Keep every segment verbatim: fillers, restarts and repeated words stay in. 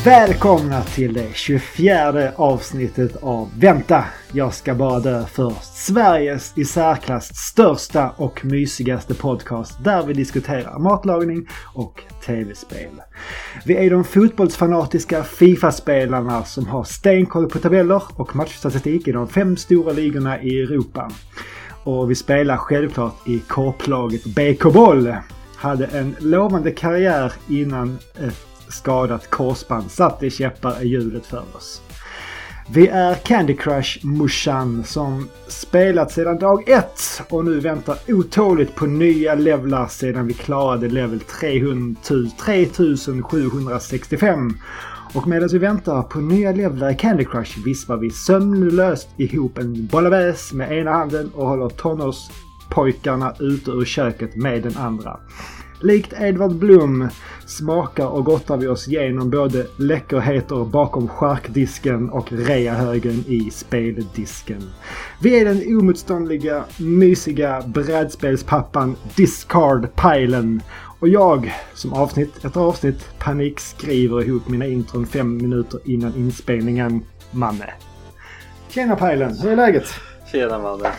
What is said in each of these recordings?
Välkomna till det tjugofjärde avsnittet av Vänta, jag ska bara dö först. Sveriges i särklass största och mysigaste podcast där vi diskuterar matlagning och tv-spel. Vi är de fotbollsfanatiska FIFA-spelarna som har stenkoll på tabeller och matchstatistik i de fem stora ligorna i Europa. Och vi spelar självklart i korplaget B K-boll. Hade en lovande karriär innan ett skadat korsband satte käppar i hjulet för oss. Vi är Candy Crush Mushan som spelat sedan dag ett och nu väntar otåligt på nya levlar sedan vi klarade level tre tusen sjuhundrasextiofem. Och medan vi väntar på nya levlar i Candy Crush vispar vi sömnlöst ihop en bollabäs med ena handen och håller tonårspojkarna ute ur köket med den andra. Likt Edvard Blom smakar och gottar vi oss genom både läckerheter bakom charkdisken och reahögen i speldisken. Vi är den omotståndliga, mysiga brädspelspappan Discard-pilen. Och jag, som avsnitt efter avsnitt, panik skriver ihop mina intron fem minuter innan inspelningen. Manne. Tjena pilen, hur är läget? Tjena mannen,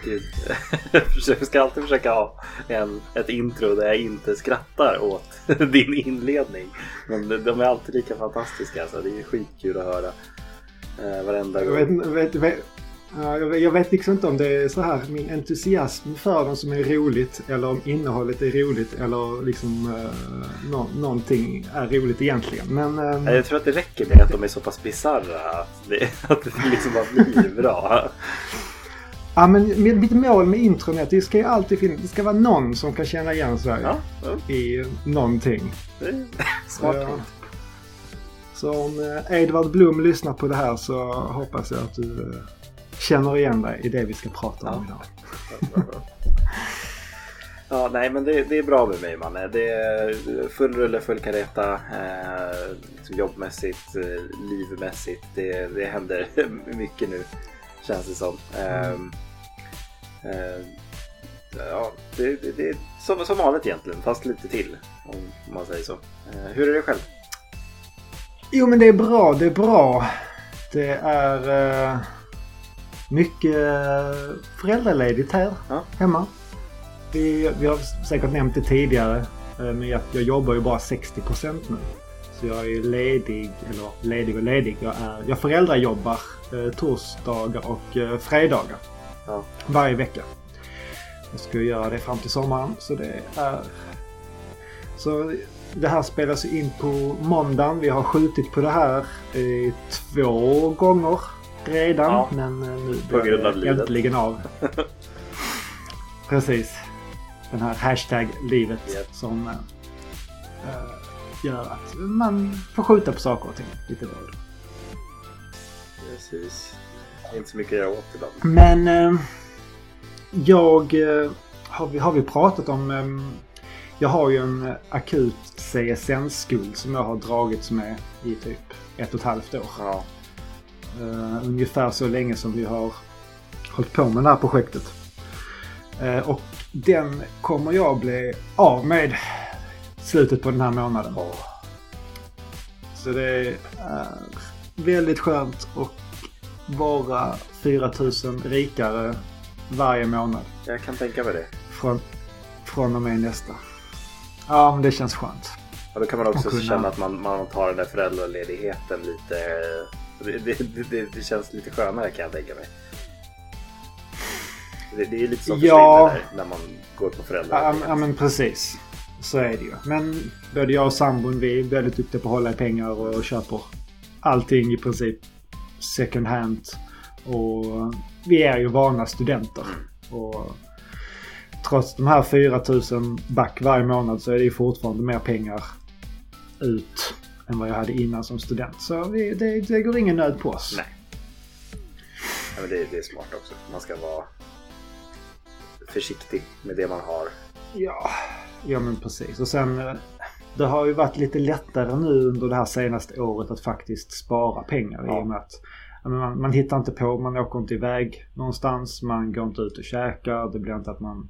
jag ska alltid försöka ha en, ett intro där jag inte skrattar åt din inledning. Men de är alltid lika fantastiska, alltså. Det är skitkul att höra eh, varenda gång. Jag vet, vet, vet, ja, jag, vet, jag vet liksom inte om det är så här min entusiasm för dem som är roligt eller om innehållet är roligt eller liksom eh, no, någonting är roligt egentligen. Men, eh, jag tror att det räcker med att de är så pass bizarra att det, att det liksom bara blir bra. Ja, men mitt mål med intron är att det ska ju alltid finnas, det ska vara någon som kan känna igen sig ja, ja. i någonting. Smart. Så, så om Edvard Blom lyssnar på det här så hoppas jag att du känner igen dig i det vi ska prata om ja. idag. Ja, nej men det, det är bra med mig, man. Det är full rulle, full kareta, eh, jobbmässigt, livmässigt. Det, det händer mycket nu. Känns det som. Mm. Uh, uh, ja, det, det, det är som, som vanligt egentligen, fast lite till om man säger så. Uh, hur är det själv? Jo, men det är bra, det är bra. Det är uh, mycket föräldraledigt här ja. hemma. Vi, vi har säkert nämnt det tidigare, uh, men jag, jag jobbar ju bara sextio procent nu. Så jag är ledig, eller ledig och ledig. Jag, är, jag föräldrajobbar eh, torsdagar och eh, fredagar ja. varje vecka. Jag ska göra det fram till sommaren. Så det är... Så det här spelas in på måndagen. Vi har skjutit på det här eh, två gånger redan. Ja. Men eh, nu blir det äntligen av. Precis. Den här hashtag livet yep. som... Eh, gör att man får skjuta på saker och ting lite vad. Precis. Inte så mycket att göra åt ibland. Men eh, jag eh, har, vi, har vi pratat om eh, jag har ju en akut C S N-skuld som jag har dragits med i typ ett och ett halvt år. Ja. Uh, ungefär så länge som vi har hållit på med det här projektet. Uh, och den kommer jag bli av med slutet på den här månaden. Oh. Så det är väldigt skönt att vara fyra tusen rikare varje månad. Jag kan tänka mig det. Från, från och med nästa. Ja, men det känns skönt. Och då kan man också kunna... känna att man, man tar den där föräldraledigheten lite... Det, det, det, det känns lite skönare, kan jag tänka mig. Det, det är lite som ja. försvinner när man går på föräldraledighet. Ja, ja, men precis. Så är det ju. Men både jag och sambon, vi är väldigt duktiga på att hålla i pengar och köper allting i princip second hand. Och vi är ju vana studenter. Och trots de här fyra tusen back varje månad så är det ju fortfarande mer pengar ut än vad jag hade innan som student. Så vi, det, det går ingen nöd på oss. Nej. Ja, men det, det är smart också. Man ska vara försiktig med det man har. Ja, ja men precis. Och sen, det har ju varit lite lättare nu under det här senaste året att faktiskt spara pengar. Ja. I och med att man, man hittar inte på, man åker inte iväg någonstans, man går inte ut och käkar, det blir inte att man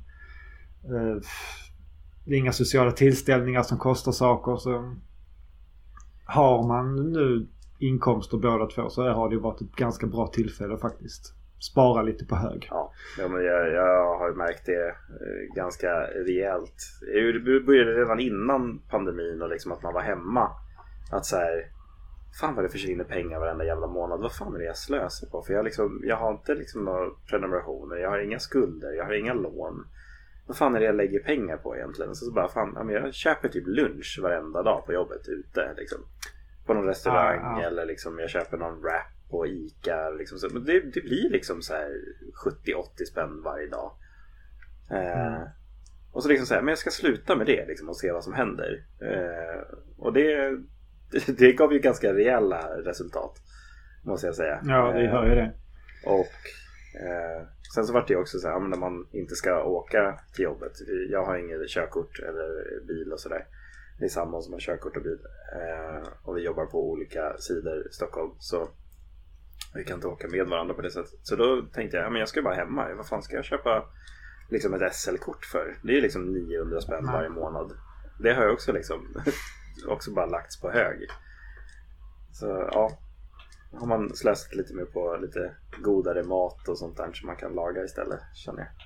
eh, det är inga sociala tillställningar som kostar saker. Så har man nu inkomster båda två så har det ju varit ett ganska bra tillfälle faktiskt. Spara lite på hög. Ja, ja men jag, jag har märkt det eh, ganska rejält. Det började redan innan pandemin och liksom att man var hemma. Att så här, fan vad det försvinner pengar varenda jävla månad. Vad fan är det jag slösar på? För jag, liksom, jag har inte liksom några prenumerationer. Jag har inga skulder. Jag har inga lån. Vad fan är det jag lägger pengar på egentligen? Så, så bara, fan, jag köper typ lunch varenda dag på jobbet ute. Liksom. På någon restaurang. Ah, ah. Eller liksom, jag köper någon wrap på Ica. Liksom. Så, men det, det blir liksom så här sjuttio åttio spänn varje dag. Eh, mm. Och så liksom så här, men jag ska sluta med det liksom, och se vad som händer. Eh, och det... Det gav ju ganska rejäla resultat, måste jag säga. Ja, det hör ju det. Och eh, sen så var det ju också så här, när man inte ska åka till jobbet. Jag har inget körkort eller bil och sådär. Det är samma som har körkort och bil. Eh, och vi jobbar på olika sidor i Stockholm. Så vi kan inte åka med varandra på det sättet. Så då tänkte jag, ja, men jag ska bara hemma. Vad fan ska jag köpa liksom ett S L-kort för? Det är liksom niohundra spänn varje månad. Det har jag också liksom... också bara lagts på hög. Så ja, har man slösat lite mer på lite godare mat och sånt där som man kan laga istället, känner jag.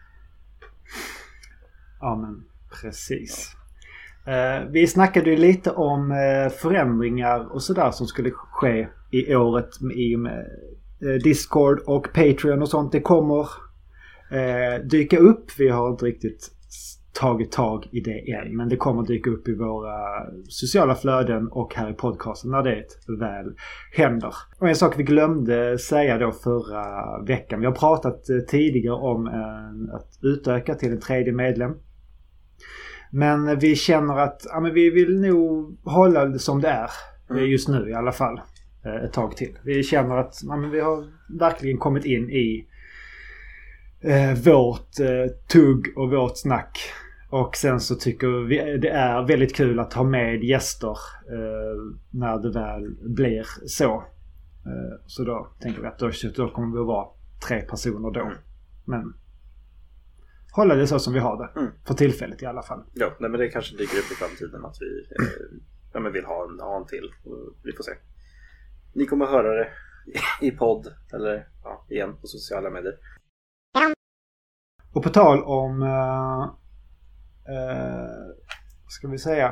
Ja, men precis. Ja. Eh, vi snackade ju lite om eh, förändringar och sådär som skulle ske i året i med eh, Discord och Patreon och sånt. Det kommer eh, dyka upp. Vi har inte riktigt tagit tag i det än, men det kommer dyka upp i våra sociala flöden och här i podcasten när det väl händer. Och en sak vi glömde säga då förra veckan, vi har pratat tidigare om eh, att utöka till en tredje medlem, men vi känner att ja, men vi vill nog hålla det som det är mm. just nu i alla fall eh, ett tag till. Vi känner att ja, men vi har verkligen kommit in i eh, vårt eh, tugg och vårt snack. Och sen så tycker vi det är väldigt kul att ha med gäster eh, när det väl blir så. Eh, så då tänker vi att då, då kommer vi vara tre personer då. Mm. Men hålla det så som vi har det. Mm. För tillfället i alla fall. Ja, nej, men det kanske dyker upp i framtiden att vi eh, ja, men vill ha en, ha en till. Vi får se. Ni kommer höra det i podd eller ja, igen på sociala medier. Och på tal om... Eh, Uh, ska vi säga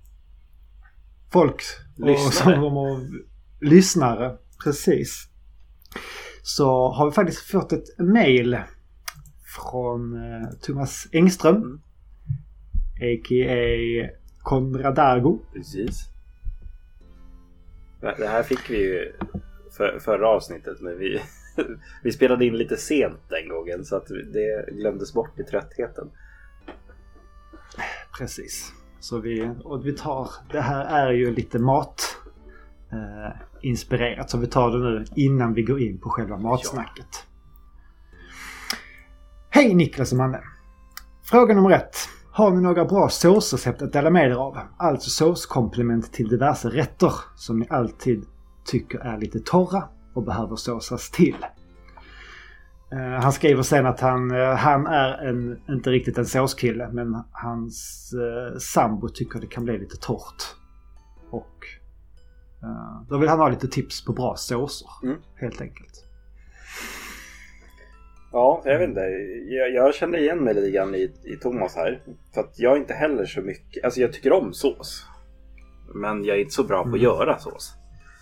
folk lyssnare. Och, och, och, lyssnare precis, så har vi faktiskt fått ett mail från uh, Thomas Engström mm. a k a. Konradargo. Precis. Det här fick vi ju för, förra avsnittet, men vi, vi spelade in lite sent den gången så att det glömdes bort i tröttheten. Precis. Så vi, och vi tar, det här är ju lite mat eh, inspirerat, så vi tar det nu innan vi går in på själva matsnacket. Ja. Hej Niklas och Manne. Fråga nummer ett. Har ni några bra såsrecept att dela med er av? Alltså såskomplement till diverse rätter som ni alltid tycker är lite torra och behöver såsas till. Uh, han skriver sen att han, uh, han är en, inte riktigt en såskille, men hans uh, sambo tycker det kan bli lite torrt. Och uh, då vill han ha lite tips på bra såser, mm. helt enkelt. Ja, jag vet inte. Jag, jag känner igen mig lite grann i, i Thomas här. För att jag är inte heller så mycket... Alltså jag tycker om sås. Men jag är inte så bra på att mm. göra sås.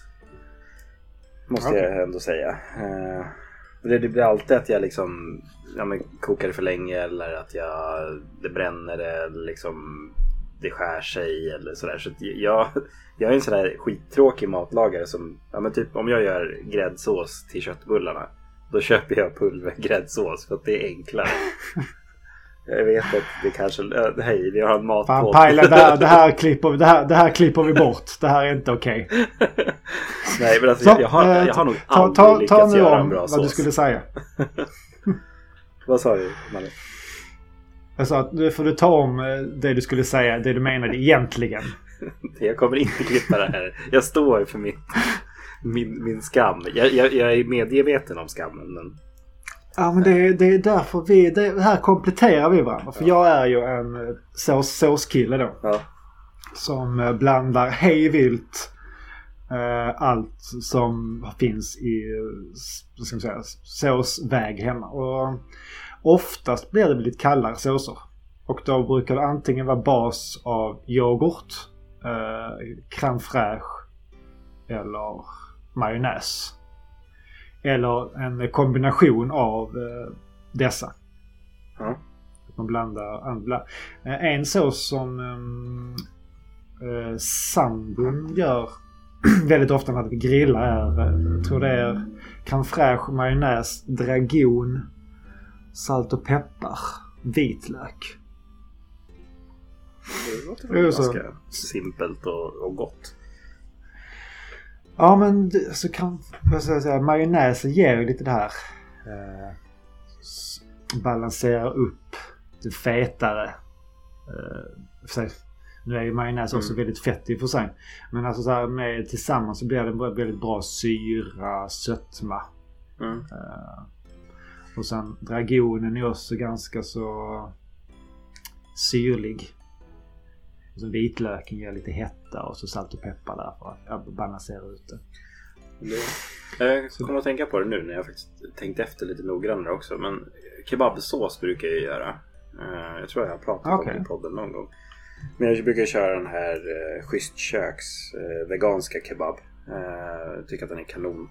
Måste okay. jag ändå säga. Uh, Det, det blir alltid att jag liksom ja, men kokar det för länge, eller att jag det bränner det, eller liksom det skär sig eller sådär. Så jag, jag är en sån där skittråkig matlagare som, ja men typ om jag gör gräddsås till köttbullarna, då köper jag pulvergräddsås för att det är enklare. Jag vet att det kanske, äh, hej, vi har en mat på. Pajla, det här, det här klipper det här, det här klipper vi bort. Det här är inte okej. Okay. Nej, men alltså, så, jag, har, jag har nog ta, aldrig ta, ta lyckats göra en bra sås. Vad du skulle säga. Vad sa du, Manne? Jag sa att nu får du ta om det du skulle säga, det du menade egentligen. Jag kommer inte klippa det här. Jag står för min, min, min skam. Jag, jag, jag är medveten om skammen, men... Ja, men det, det är därför vi... Det här kompletterar vi varandra. För ja. jag är ju en sås, såskille då. Ja. Som blandar hej vilt eh, allt som finns i, vad ska man säga, såsväg hemma. Och oftast blir det lite kallare såser. Och då brukar det antingen vara bas av yoghurt, eh, crème fraîche eller majonnäs. Eller en kombination av eh, dessa. Mm. Man blandar andra. En sås som eh, sambon gör väldigt ofta när vi grillar är, jag tror det är crème fraîche, majonnäs, dragon, salt och peppar, vitlök. Det låter väl ganska så simpelt och, och gott. Ja, men så kan vad ska jag säga, majonnäsen ger ju lite det här eh, balanserar upp det fetare. Eh, för sig. Nu är ju majonnäs också mm. väldigt fettig för sig. Men alltså så här med tillsammans så blir det en väldigt bra syra, sötma. Mm. Eh, och sen dragonen är också ganska så syrlig. Och så vitlöken ger lite hetta och så salt och peppar där för att balansera ut det. det. Jag kommer att tänka på det nu när jag faktiskt tänkte efter lite noggrannare också. Men kebabsås brukar jag göra. Jag tror jag har pratat okay. om det i podden någon gång. Men jag brukar köra den här uh, Schysst Köks uh, veganska kebab. Jag uh, tycker att den är kanon.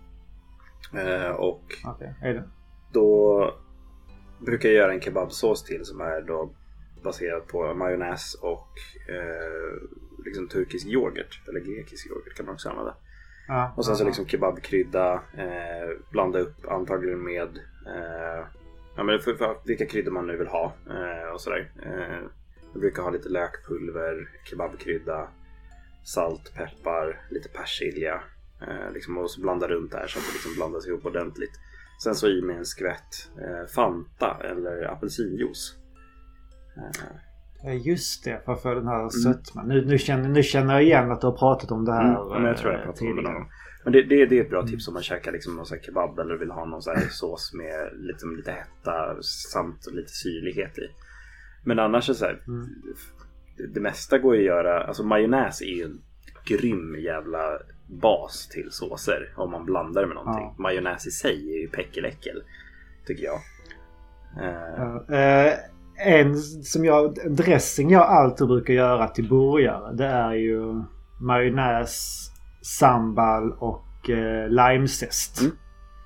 Uh, och okay. är det? Då brukar jag göra en kebabsås till som är då baserad på majonnäs och uh, liksom turkisk yoghurt. Eller grekisk yoghurt kan man också använda. Ah, och sen ah, så liksom kebabkrydda, uh, blanda upp antagligen med uh, ja, men för, för vilka kryddor man nu vill ha uh, och sådär. Uh, Jag brukar ha lite lökpulver, kebabkrydda, salt, peppar, lite persilja. Eh, liksom, och så blanda runt där så att det liksom blandas ihop ordentligt. Sen så i med en skvätt eh, Fanta eller apelsinjuice. Eh. Just det, för, för den här mm. sötman. Nu, nu, känner, nu känner jag igen att du har pratat om det här mm, men jag tror jag pratat om det någon gång. Men det, det, det är ett bra tips om man käkar liksom någon sån här kebab eller vill ha någon sån här sås med lite, lite hetta samt lite syrlighet i. Men annars är så här, mm. det mesta går ju att göra, alltså majonnäs är ju en grym jävla bas till såser om man blandar med någonting. Ja. Majonnäs i sig är ju päckeläckel, tycker jag. Uh. Uh, en som jag, en dressing jag alltid brukar göra till burgare, det är ju majonnäs, sambal och uh, limezest. Mm.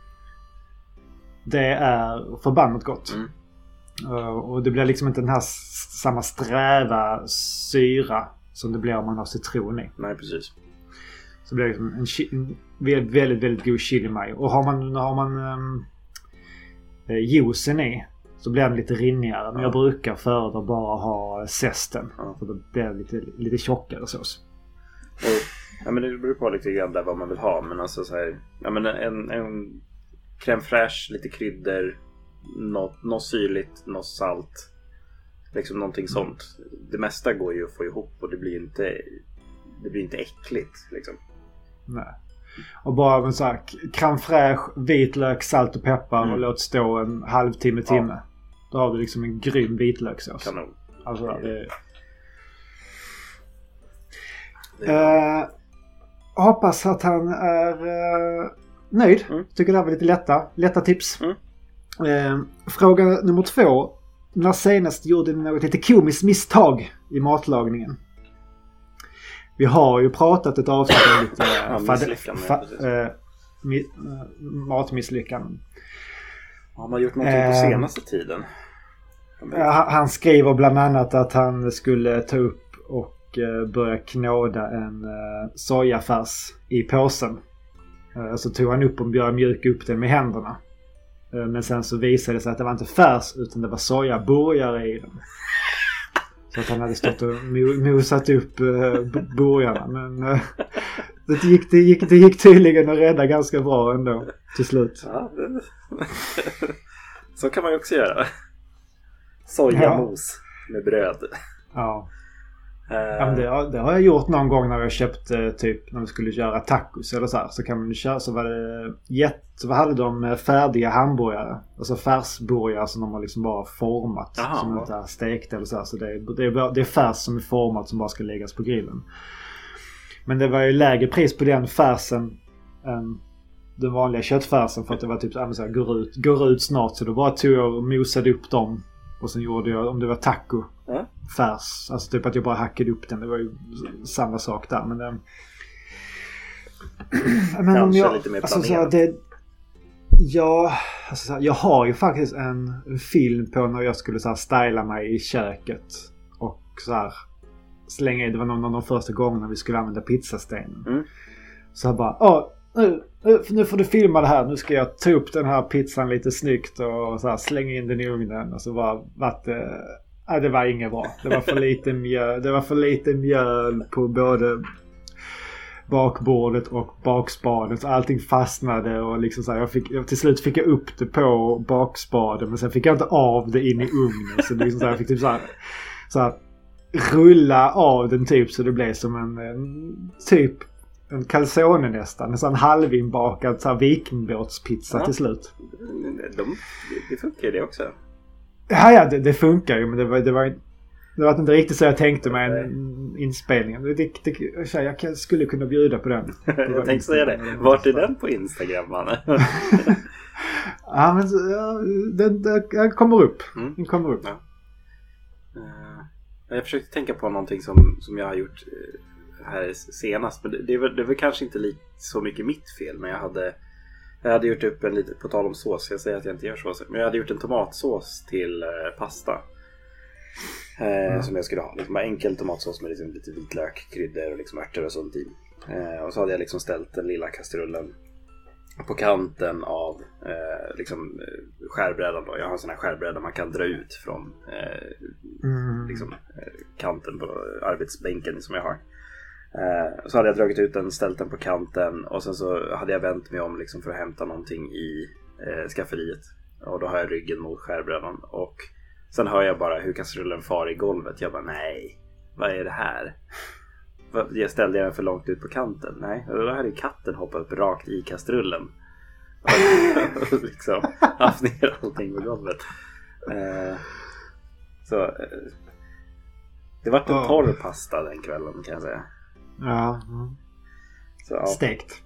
Det är förbannat gott. Mm. Uh, och det blir liksom inte den här s- samma sträva syra som det blir om man har citron i. Nej, precis. Så blir det liksom en, chi- en väldigt, väldigt, väldigt god chili mayo. Och har man, har man um, eh, juicen i så blir den lite rinnigare. Men ja. Jag brukar föredra bara ha zesten. Ja. För då blir det lite, lite tjockare sås. Och, ja, men det beror på lite grann där vad man vill ha. Men alltså så här, ja, men en, en crème fraîche, lite kryddor, något, något syrligt, något salt, liksom någonting sånt. Det mesta går ju att få ihop och det blir inte det blir inte äckligt liksom. Nej. Och bara med så här crème fraîche, vitlök, salt och peppar mm. och låt stå en halvtimme, timme. Ja. Då har du liksom en grym vitlökssås. Kanon. Alltså det, det är... Uh, hoppas att han är uh, nöjd. Mm. Tycker det här var lite lätta, lätta tips. Mm. Uh, fråga nummer två. När senast gjorde ni något lite komiskt misstag i matlagningen? Vi har ju pratat ett avsnitt om lite ja, misslyckanden, fa- fa- äh, mi- äh, matmisslyckanden. Har man gjort någonting på senaste äh, tiden? Äh, han skriver bland annat att han skulle ta upp och äh, börja knåda en äh, sojafärs i påsen. Äh, så tog han upp och började mjuka upp den med händerna. Äh, men sen så visade det sig att det var inte färs utan det var sojaburgare i den. Så att han hade stått och mosat upp uh, burgarna. Men uh, det, gick, det, gick, det gick tydligen att rädda ganska bra ändå till slut. Ja, det... Så kan man ju också göra. Sojamos ja. Med bröd. Ja. Uh... ja men det, det har jag gjort någon gång när jag köpte typ när vi skulle göra tacos eller så här. Så kan man ju köra, så var det jätte, så hade de färdiga hamburgare. Alltså färsburgare som de har liksom bara format. Aha, som inte är stekt eller så här. Så det är, det är, det är färs som är format som bara ska läggas på grillen. Men det var ju lägre pris på den färsen än den vanliga köttfärsen för att det var typ så här, går ut, går ut snart, så då bara tog jag och mosade upp dem och sen gjorde jag, om det var taco mm. färs, alltså typ att jag bara hackade upp den, det var ju samma sak där, men det, men om jag lite mer alltså, så här, det, ja, alltså, så här, jag har ju faktiskt en film på när jag skulle så här styla mig i köket och så här slänga i, det var någon av de första gångerna vi skulle använda pizzastenen. Mm. Så jag bara, ja, nu, nu får du filma det här. Nu ska jag ta upp den här pizzan lite snyggt och så här, slänga in den i ugnen. Och så var vart det, ja, det var inget bra. Det var för lite mjöl, det var för lite mjöl på både bakbordet och bakspadet. Allting fastnade och liksom så här, jag fick, till slut fick jag upp det på bakspaden, men sen fick jag inte av det in i ugnen. Så det liksom så här, jag fick typ så här, så här rulla av den typ så det blev som en, en typ en calzone nästan. En sån halvinbakad så här vikingbåtspizza ja. Till slut. De, det funkar det också. Ja, ja det, det funkar ju, men det var, det var det var inte riktigt så jag tänkte med en inspelning. Det, det, det, jag skulle kunna bjuda på den. Jag tänkte säga det. Vart är den på Instagram, man? Ja, men ja, den, den kommer upp. Mm. Den kommer upp. Ja. Uh, jag försökte tänka på någonting som, som jag har gjort här senast, men det, det, är väl, det är väl kanske inte li- så mycket mitt fel, men jag hade jag hade gjort upp en lite, på tal om sås, jag säger att jag inte gör sås, men jag hade gjort en tomatsås till eh, pasta eh, mm. som jag skulle ha, liksom enkel tomatsås med liksom lite vitlök, kryddor och liksom örter och sånt i, eh, och så hade jag liksom ställt den lilla kastrullen på kanten av eh, liksom skärbrädan då. Jag har en sån här skärbräda man kan dra ut från eh, mm. liksom, eh, kanten på arbetsbänken som jag har. Eh, så hade jag dragit ut den, ställt den på kanten och sen så hade jag vänt mig om liksom för att hämta någonting i eh, skafferiet. Och då har jag ryggen mot skärbrädan och sen hör jag bara hur kastrullen far i golvet. Jag bara, nej, vad är det här? Jag ställde den för långt ut på kanten. Nej, då hade katten hoppat upp rakt i kastrullen och liksom haft ner allting på golvet. Eh, så eh, det var en torr pasta den kvällen, kan jag säga. Ja. Mm. Så, ja. Stekt.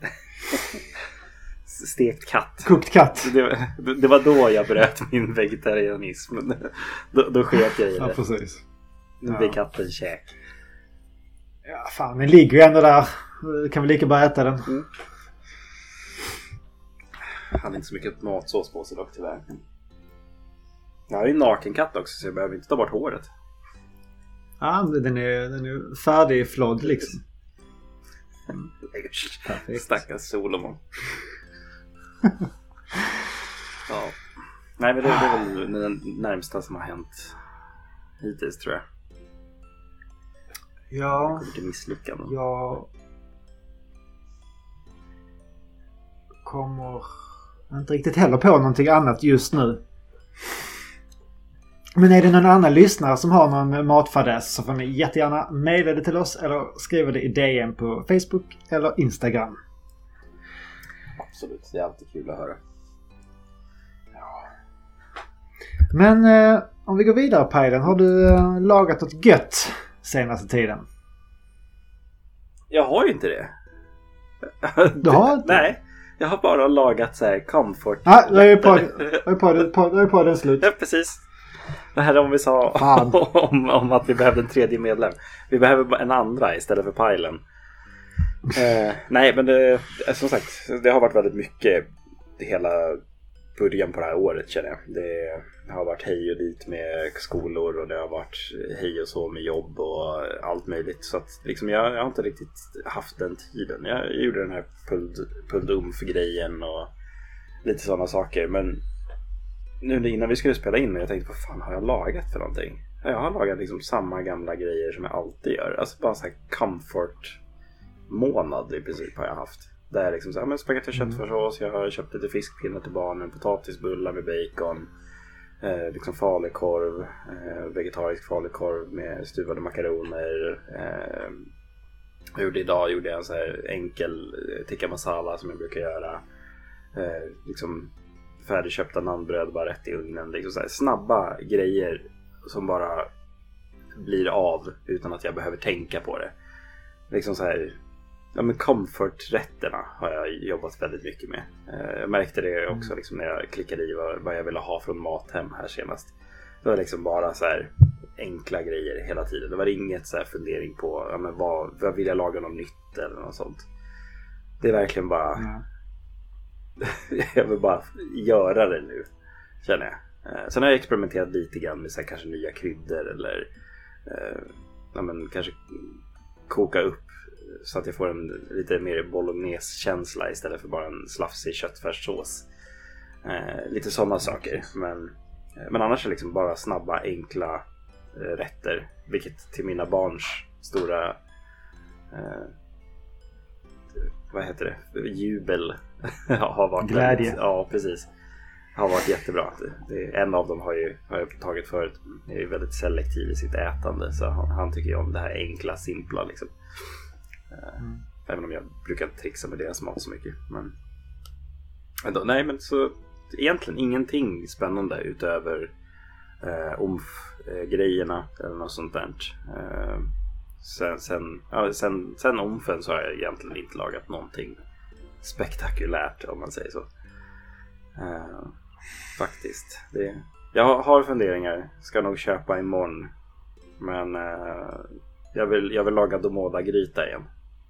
Stekt katt. Kokt katt. Det, det var då jag bröt min vegetarianism. Då, då sket jag i det. Ja, precis. Nu blir katten käk. Ja, fan, den ligger ju ändå där. Kan vi lika bara äta den. Mm. Han har inte så mycket matsås på sig dock, tyvärr. Jag har ju en naken katt också, så jag behöver inte ta bort håret. Ja, den är, den är färdig flodd liksom. Mm. Stackars Solomon. Ja. Nej, men det, det är väl den närmsta som har hänt hittills, tror jag. Ja. Det är misslyckande. Jag kommer inte riktigt heller på någonting annat just nu. Men är det någon annan lyssnare som har någon matfadäs så får ni jättegärna mejla det till oss eller skriva det i D M på Facebook eller Instagram. Absolut, det är alltid kul att höra. Ja. Men eh, om vi går vidare, Pajden, har du eh, lagat något gött senaste tiden? Jag har ju inte det. Du har inte? Nej, jag har bara lagat så här comfort. Ja, jag är på, jag är på, jag är på, jag är på den slut. Ja, precis. Det här om vi sa om, om att vi behövde en tredje medlem. Vi behöver en andra istället för Pajlen. eh, nej, men det, som sagt, det har varit väldigt mycket hela början på det här året, känner jag. Det har varit hej och dit med skolor och det har varit hej och så med jobb och allt möjligt. Så att liksom jag, jag har inte riktigt haft den tiden. Jag, jag gjorde den här pulled för grejen och lite sådana saker. Men nu innan vi skulle spela in och jag tänkte, vad fan har jag lagat för någonting? Jag har lagat liksom samma gamla grejer som jag alltid gör. Alltså bara så här comfort månad i princip har jag haft. Där är liksom så här, men spagetti och köttfärssås, jag har köpt lite fiskpinnar till barnen, potatisbullar med bacon, eh, liksom falukorv, eh, vegetarisk falukorv med stuvade makaroner. Eh, jag gjorde idag gjorde jag en så här enkel tikka masala som jag brukar göra. Eh, liksom färdigköpta nannbröd bara rätt i ugnen, liksom så här snabba grejer som bara blir av utan att jag behöver tänka på det. liksom så här, ja men comfort-rätterna har jag jobbat väldigt mycket med. Jag märkte det också liksom när jag klickade i vad, vad jag ville ha från Mathem här senast. Det var liksom bara så här enkla grejer hela tiden. Det var inget så här fundering på ja, men vad, vad vill jag laga något nytt eller något sånt. Det är verkligen bara mm. jag vill bara göra det nu, känner jag. Sen har jag experimenterat lite grann med så här, kanske nya kryddor eller eh, ja, men kanske koka upp så att jag får en lite mer bolognese-känsla istället för bara en slafsig köttfärssås. Eh, lite sådana saker. Men, men annars är det liksom bara snabba, enkla eh, rätter. Vilket till mina barns stora eh, vad heter det? Jubel har varit glädje. Väldigt, ja, precis. Har varit jättebra. Det, en av dem har ju har jag tagit förut. Är ju väldigt selektiv i sitt ätande. Så han, han tycker ju om det här enkla, simpla liksom. Mm. Även om jag brukar trixa med deras mat så mycket. Men, men då, nej men så egentligen ingenting spännande utöver eh, omf-grejerna eller något sånt där. Eh, sen, sen, ja, sen, sen omfen så har jag egentligen inte lagat någonting spektakulärt om man säger så. Eh, faktiskt. Det, jag har funderingar. Ska nog köpa imorgon. Men eh, jag, vill, jag vill laga domoda-gryta igen.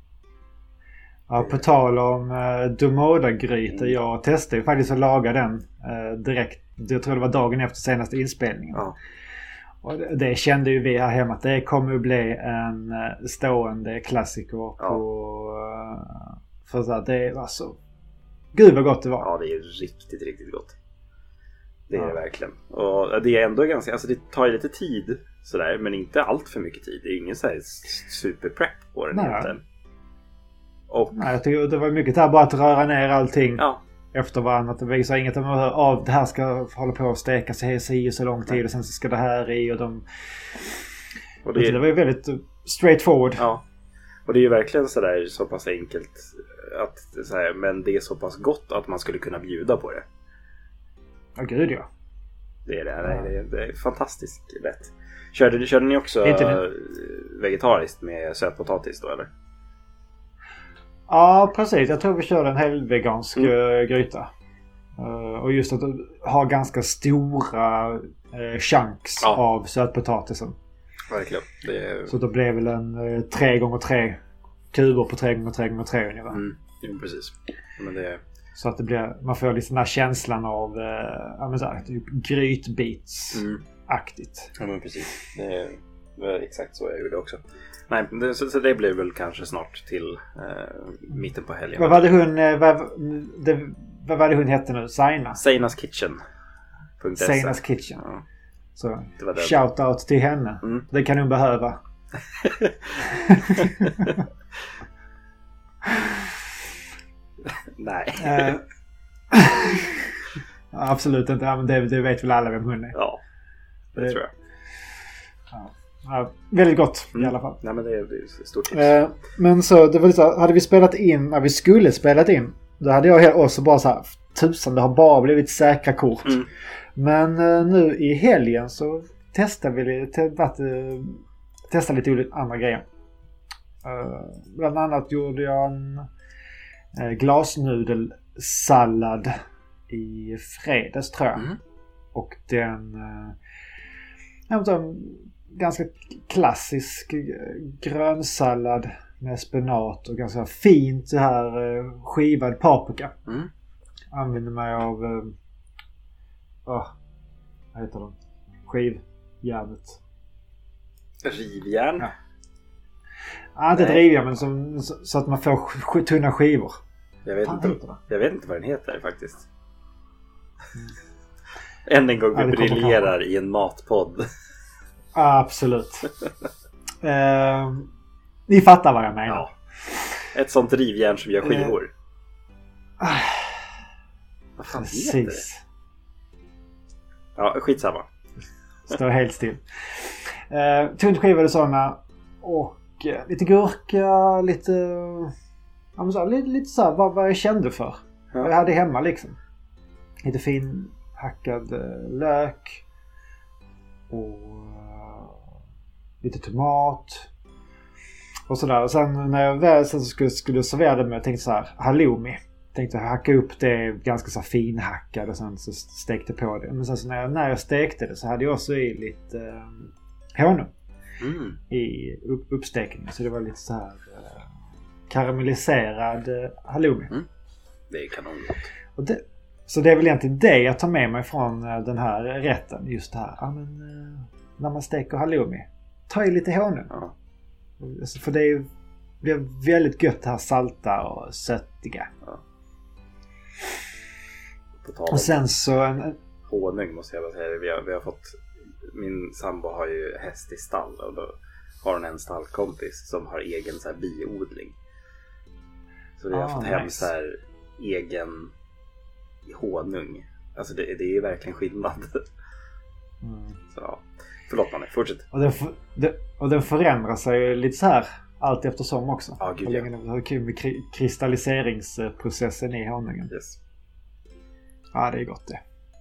Ja, på tal om eh, domoda-gryta. Mm. Jag testade ju faktiskt att laga den eh, direkt. Jag tror det var dagen efter senaste inspelningen. Ja. Och det, det kände ju vi här hemma att det kommer att bli en eh, stående klassiker på... Ja. Eh, för så att det var så... Gud vad gott det var. Ja, det är riktigt, riktigt gott. Det är ja. det verkligen. Och det är ändå ganska... Alltså det tar ju lite tid sådär, men inte allt för mycket tid. Det är ingen så här superprep på den. Nej. Och... Nej, jag tycker det var mycket där bara att röra ner allting ja. efter varandra. Det visar inget om att det här ska hålla på att steka sig i så lång tid. Nej. Och sen så ska det här i och de... Och det... det var ju väldigt straightforward. Ja. Och det är ju verkligen sådär så pass enkelt att så här, men det är så pass gott att man skulle kunna bjuda på det. Ja, gud ja. Det är det. Ja. Det, är, det är fantastiskt lätt. Körde, körde ni också vegetariskt med sötpotatis då, eller? Ja, precis. Jag tror vi körde en hel vegansk mm. gryta. Uh, och just att ha ganska stora uh, chunks ja. av sötpotatisen. Verkligen. Det är... Så då blev väl en uh, tre gånger tre kuber på tre gånger tre gånger tre ungefär. Mm. Jo, precis. Men det... Så att det blir, man får lite den här känslan av uh, ja, men så här, typ grytbits-aktigt. Mm. Ja, men precis. Det är, det är exakt så jag gjorde också. Nej, det, så, så det blir väl kanske snart till uh, mitten på helgen. Vad var det hon, uh, vad, det, vad var det hon hette nu? Saina? Sainas Kitchen. Sainas Kitchen. Ja. Så shout out till henne. Mm. Det kan hon behöva. Nej. uh, absolut inte. Ja, men det, det vet väl alla vem hon är. Ja, det, det tror jag. Ja. Ja, väldigt gott mm. i alla fall. Nej, men det är, det är stort tips. Uh, men så, det var lite så, hade vi spelat in, när vi skulle spelat in, då hade jag också bara så här, tusan, det har bara blivit säkra kort. Mm. Men uh, nu i helgen så testade vi lite, uh, testade lite olika andra grejer. Uh, bland annat gjorde jag en uh, glasnudelsallad i fredags tror jag. Mm. Och den uh, jag vet inte, ganska klassisk grönsallad med spenat och ganska fint så här uh, skivad paprika. Mm. Använder mig av uh, oh, vad heter det? Skivjärnet. Rivjärn? Ja. Ja, inte ett rivjärn, men som, så, så att man får sk- tunna skivor. Jag vet, inte, jag vet inte vad den heter faktiskt. Mm. Än en gång vi ja, briljerar i en matpodd. Absolut. uh, ni fattar vad jag menar. Ja. Ett sånt rivjärn som gör skivor. Uh, vad fan precis. heter det? Ja, skitsamma. Står helt still. Uh, tunt skivade sådana. Och uh, lite gurka, lite... Ja, men så, lite, lite så här, vad, vad jag kände för. Ja. Jag hade hemma liksom. Lite fin hackad uh, lök. Och uh, lite tomat. Och sådär. Och sen när jag väl sen skulle, skulle servera det med, jag tänkte så här, halloumi. Tänkte hacka upp det ganska så finhackad och sen så stekte på det. Men sen så när jag, när jag stekte det så hade jag också i lite eh, honung Mm. i upp, uppstekningen. Så det var lite så här eh, karamelliserad eh, halloumi. Mm. Det är kanongott. Och det, så det är väl egentligen det jag tar med mig från eh, den här rätten. Just det här. Ja, men, eh, när man steker halloumi. Ta i lite honung. Ja. Alltså, för det är ju, blir väldigt gött det här salta och söttiga. Ja. På tal om Och sen så... En, honung måste jag bara säga. Vi har, vi har fått... Min sambo har ju häst i stall. Och då har hon en stallkompis som har egen så här biodling. Så vi har ah, fått hem nice. så här egen honung. Alltså det, det är ju verkligen skillnad. mm. Så ja. Förlåt Manne, fortsätt. och, den, det, och den förändrar sig lite så här allt eftersom också. Ja, gud, Hur ja. länge det har kul med kri- kristalliseringsprocessen i honungen. Yes. Ja, det är gott det.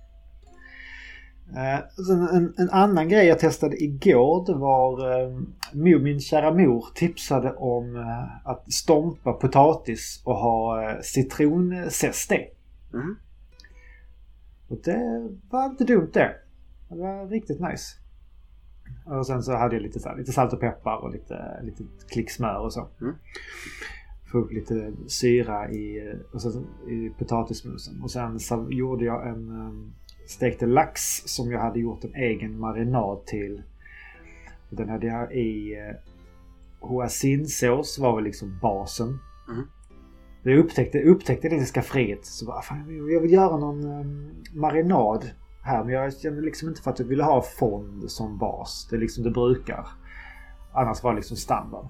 Eh, sen en, en annan grej jag testade igår, det var eh, min kära mor tipsade om eh, att stompa potatis och ha eh, citronzest i. Mm. Och det var inte dumt det. Det var riktigt nice. Och sen så hade jag lite, så här, lite salt och peppar och lite, lite klick smör och så. Mm. Få upp lite syra i, och sen, i potatismusen. Och sen så gjorde jag en um, stekte lax som jag hade gjort en egen marinad till. Den hade jag i uh, hoisinsås var väl liksom basen. Mm. Jag upptäckte, upptäckte det lite skafferiet. Så bara, fan, jag vill göra någon um, marinad här. Men jag kände liksom inte för att jag ville ha fond som bas. Det är liksom det brukar. Annars var det liksom standard.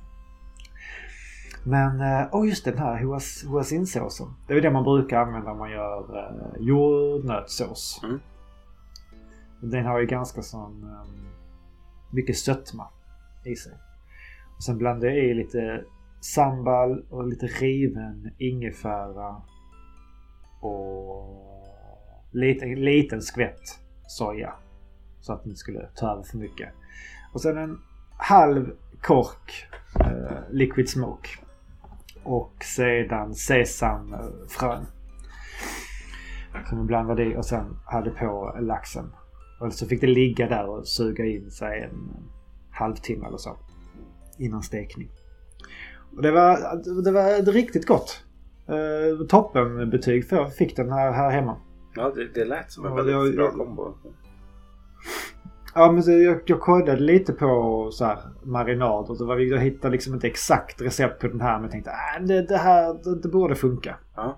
Men, åh oh just den här hoisinsåsen. Det är det man brukar använda när man gör uh, jordnötssås. Mm. Den har ju ganska sån um, mycket sötma i sig. Och sen blandar jag i lite sambal och lite riven ingefära och lite, liten skvätt soja. Så att det inte skulle ta över för mycket. Och sen en halv kork uh, liquid smoke. Och sedan sesamfrön. Som man blandade i och sen hade på laxen. Och så fick det ligga där och suga in sig en halvtimme eller så. Innan stekning. Och det var, det var riktigt gott. Uh, toppenbetyg för fick den här, här hemma. Ja, det, det lät som en ja, väldigt jag, bra jag, kombo. Ja, men så jag, jag kodade lite på så här marinad och så var vi, jag hittade liksom inte exakt recept på den här men jag tänkte äh, det, det här det, det borde funka. Ja.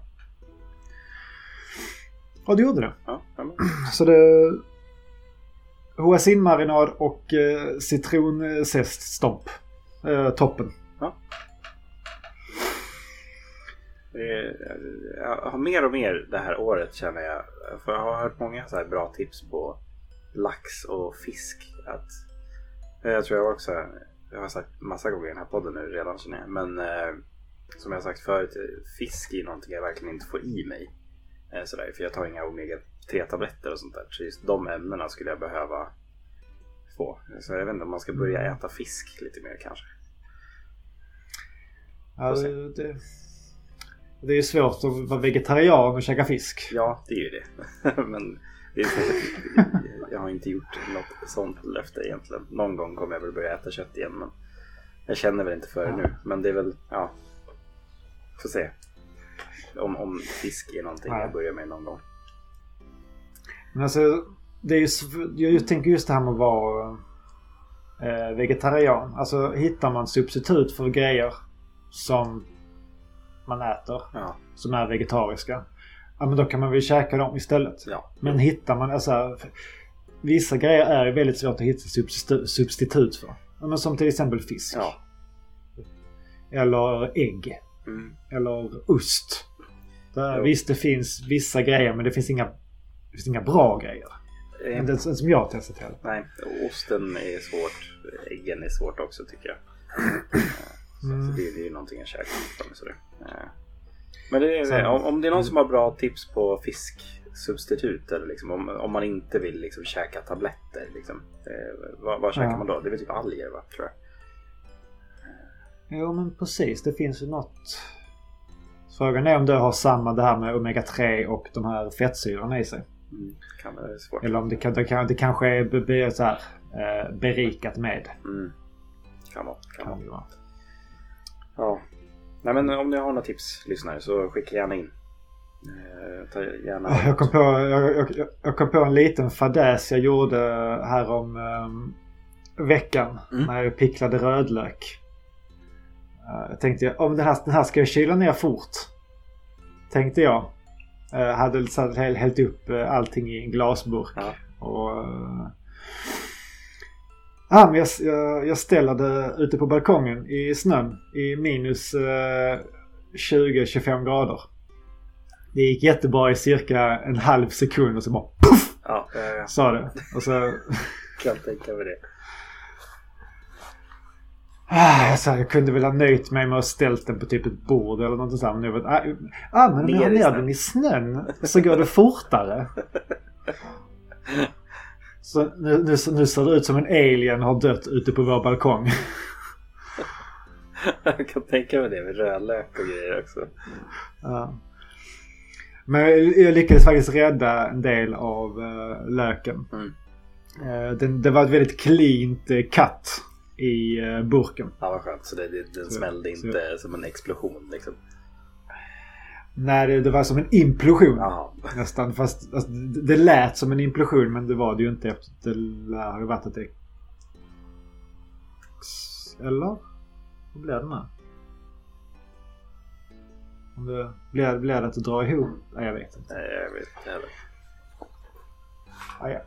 Och det gjorde det. Ja, så det hoisinmarinad och eh, citronzeststomp. Eh, toppen. Ja. Jag har mer och mer det här året känner jag. För jag har hört många så här bra tips på lax och fisk. Att, jag tror jag också jag har sagt massa gånger i den här podden nu redan känner jag. Men eh, som jag har sagt förut, fisk är någonting jag verkligen inte får i mig. Eh, sådär, för jag tar inga omega tre tabletter och sånt där. Så just de ämnena skulle jag behöva få. Så jag vet inte om man ska börja äta fisk lite mer kanske. Ja, det, det, det är ju svårt att vara vegetarian och käka fisk. Ja, det är ju det. Men det är, jag har inte gjort något sånt löfte egentligen. Någon gång kommer jag väl börja äta kött igen. Men jag känner väl inte för det ja. nu. Men det är väl, ja. Får se. Om, om fisk är någonting ja. jag börjar med någon gång. Men alltså, det är ju, jag tänker just det här med att vara eh, vegetarian. Alltså hittar man substitut för grejer som man äter. Ja. Som är vegetariska. Ja, men då kan man väl käka dem istället. Ja. Men hittar man alltså, vissa grejer är väldigt svårt att hitta substitu- substitut för. Ja, men som till exempel fisk. Ja. Eller ägg. Mm. Eller ost. Där, visst det finns vissa grejer men det finns inga, det finns inga bra grejer. Mm. Inte ens som jag har testat heller. Nej, osten är svårt. Äggen är svårt också tycker jag. Så, mm. så det, det är ju någonting jag käkar med sådär. Men det är, Sen, om, om det är någon som har bra tips på fisksubstitut eller liksom, om, om man inte vill liksom käka tabletter liksom, eh, vad, vad käkar ja. man då? Det är väl typ alger va, tror jag. Jo, men precis. Det finns ju något... Frågan är om det har samma det här med omega tre och de här fettsyrorna i sig. Mm, kan vara svårt. Eller om det, kan, det, kan, det kanske är be, be, så här, eh, berikat med. Mm. Kan vara. Kan Kan vara. Ja. Nej, men om ni har några tips, lyssnare, så skicka gärna in. Eh, ta gärna... Jag kom, på, jag, jag, jag kom på en liten fadäs jag gjorde här om um, veckan mm. när jag picklade rödlök. Uh, jag tänkte, om den här, den här ska jag kyla ner fort. Tänkte jag. Uh, hade så här, hällt upp uh, allting i en glasburk. Ja. Och... Uh, ah, men jag, jag, jag ställde ute på balkongen i snön i minus uh, tjugo till tjugofem grader. Det gick jättebra i cirka en halv sekund och så bara puff! Ja, ja, ja. Sa det. Och så... kan tänka mig det. Ah, så jag kunde väl ha nöjt mig med att ställt den på typ ett bord eller något sånt. Men jag vet, ah, ah, men om jag har ner den i snön så går det fortare. Så nu, nu, nu ser det ut som en alien har dött ute på vår balkong. Jag kan tänka mig det med rödlök och grejer också. Ja. Men jag lyckades faktiskt rädda en del av uh, löken. Mm. Uh, den, det var ett väldigt cleant uh, cut i uh, burken. Ja, vad skönt. Så det, det, den så, smällde så, inte som en explosion liksom. Nej, det, det var som en implosion. Aha. Nästan. Fast alltså, det, det lät som en implosion, men det var det ju inte. Efter det lär ha varit att det... Eller? Vad blev det med? Om det blir, blir det att dra ihop? Nej, jag vet inte. Nej, jag vet inte heller. Ah, ja.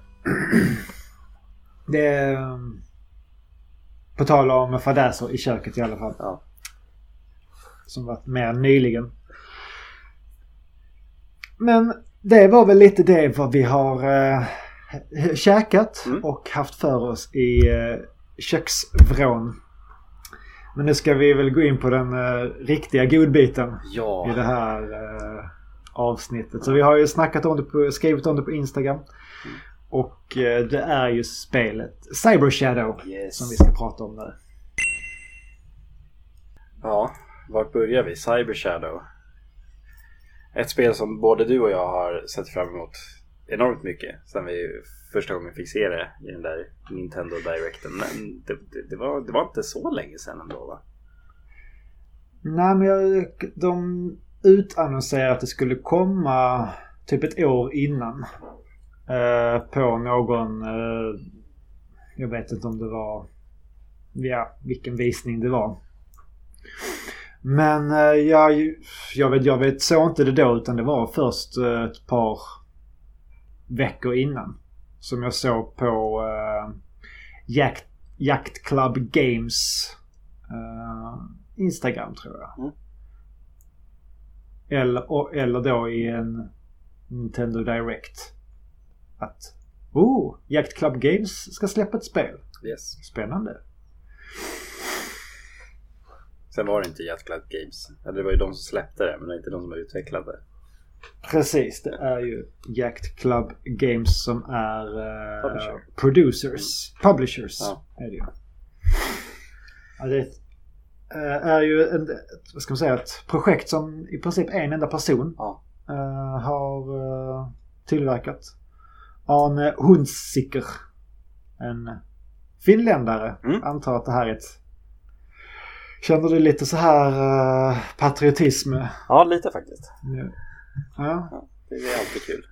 Det är... På tal om fadäser i köket i alla fall. Ja. Som var mer nyligen. Men det var väl lite det vad vi har äh, käkat mm. och haft för oss i äh, köksvrån. Men nu ska vi väl gå in på den äh, riktiga godbiten ja. i det här äh, avsnittet. Så vi har ju snackat om det på, skrivit om det på Instagram. Mm. Och äh, det är ju spelet Cyber Shadow yes. som vi ska prata om nu. Ja, vart börjar vi? Cyber Shadow. Ett spel som både du och jag har sett fram emot enormt mycket sen vi första gången fick se det i den där Nintendo Directen. Men det, det, det, var, det var inte så länge sedan ändå, va? Nej, men jag, de utannonserade att det skulle komma typ ett år innan eh, på någon eh, jag vet inte om det var ja, vilken visning det var. Men eh, jag, jag, vet, jag vet så inte det då, utan det var först eh, ett par veckor innan som jag såg på uh, Jakt, Jakt Club Games uh, Instagram, tror jag. Mm. Eller, och, eller då i en Nintendo Direct att oh, Jakt Club Games ska släppa ett spel. Yes. Spännande. Sen var det inte Jakt Club Games. Det var ju de som släppte det, men det är inte de som har utvecklat det. Precis, det är ju Jakt Club Games som är uh, Publisher. producers, mm. publishers ja. Är det ju. Ja, det uh, är ju en, vad ska man säga, ett projekt som i princip en enda person ja. uh, har uh, tillverkat. Arne Hunsiker, en finländare, mm. antar att det här är ett... Känner du lite så här uh, patriotism? Ja, lite faktiskt. Ja. Ja. Ja, det är alltid kul.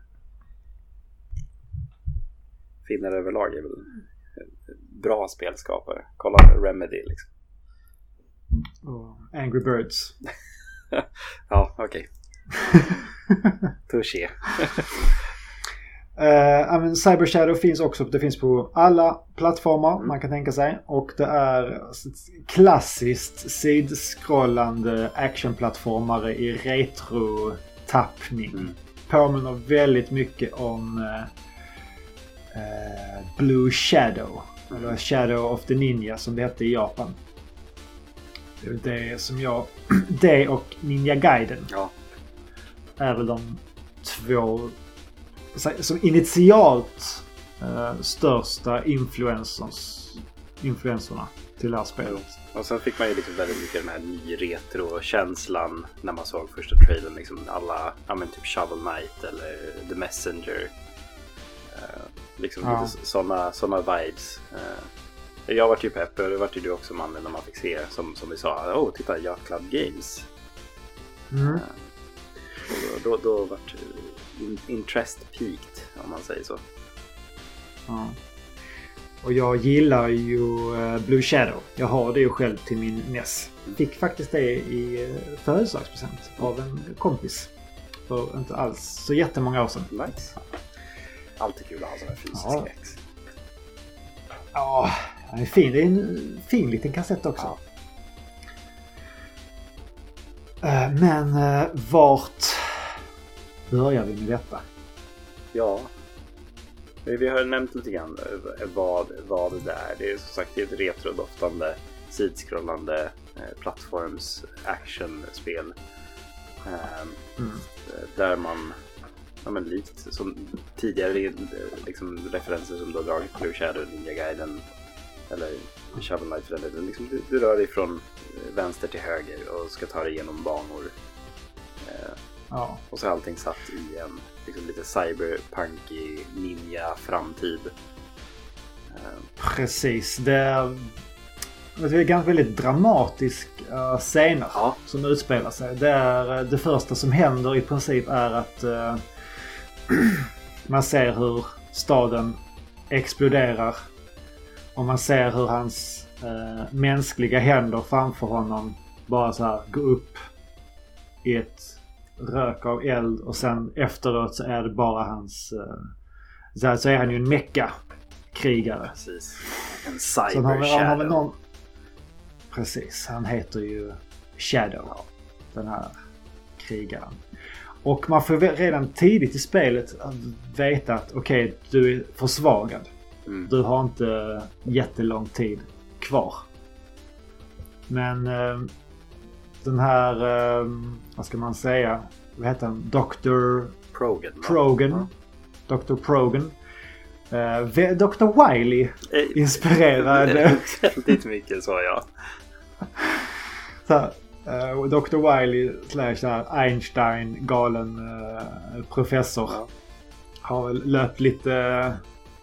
Finnar överlag är väl bra spelskapare. Kolla Remedy liksom. Oh, Angry Birds. Ja, okej. Okay. Touché. uh, I mean, Cyber Shadow finns också. Det finns på alla plattformar mm. man kan tänka sig. Och det är klassiskt sidskrollande actionplattformare i retro tappning. Mm. Påminner väldigt mycket om uh, uh, Blue Shadow. Mm. Eller Shadow of the Ninja som det hette i Japan. Det är det som jag... det och Ninja Gaiden. Ja. Är väl de två som initialt uh, största influencers, influencerna till det här spelet. Och sen fick man ju liksom väldigt mycket den här ny-retro-känslan när man såg första trailern. Liksom alla, ja men typ Shovel Knight eller The Messenger. Uh, liksom ja. lite sådana såna vibes. Uh, jag var ju pepp, och det var ju du också, mannen, när man fick se, som, som vi sa, åh, oh, titta, Yacht Club Games. Mm. Uh, då, då, då var in, interest peaked, om man säger så. Ja. Och jag gillar ju uh, Blue Shadow. Jag har det ju själv till min N E S. Fick faktiskt det i uh, födelsedagspresent av en kompis. För inte alls så jättemånga år sedan. Nice. Alltid kul att ha sådana fysiska ja. ex. Ja, det är fin. Det är en fin liten kassett också. Ja. Uh, men uh, vart börjar vi med detta? Ja. Vi har nämnt lite grann vad, vad det är. Det är som sagt ett retrodoftande, sidskrollande eh, plattforms actionspel. Eh, mm. Där man, ja men likt som tidigare liksom, referenser som du har dragit, Blue Shadow, Ninja Gaiden eller Shovel Knight för den, liksom, du, du rör dig från vänster till höger och ska ta dig igenom banor. Eh, ja. Och så är allting satt i en liksom lite cyberpunky ninja-framtid. Precis. Det är, det är ganska väldigt dramatiska scener ja. som utspelar sig. Det, är, det första som händer i princip är att uh, man ser hur staden exploderar. Och man ser hur hans uh, mänskliga händer framför honom bara så här går upp i ett rök av eld, och sen efteråt så är det bara hans uh, så är han ju en mecha-krigare. Precis. En cyber han, Shadow. Han har väl någon... Precis, han heter ju Shadow, ja. Den här krigaren. Och man får redan tidigt i spelet veta att okej, okay, du är försvagad. Mm. Du har inte jättelång tid kvar. Men uh, den här, uh, vad ska man säga, vad heter han? doktor Progan. Progan. Ja. doktor Progan. Uh, doktor Wily inspirerade. Väldigt mycket så, ja. Så, uh, doktor Wily slash Einstein, galen uh, professor. Ja. Har löpt lite uh,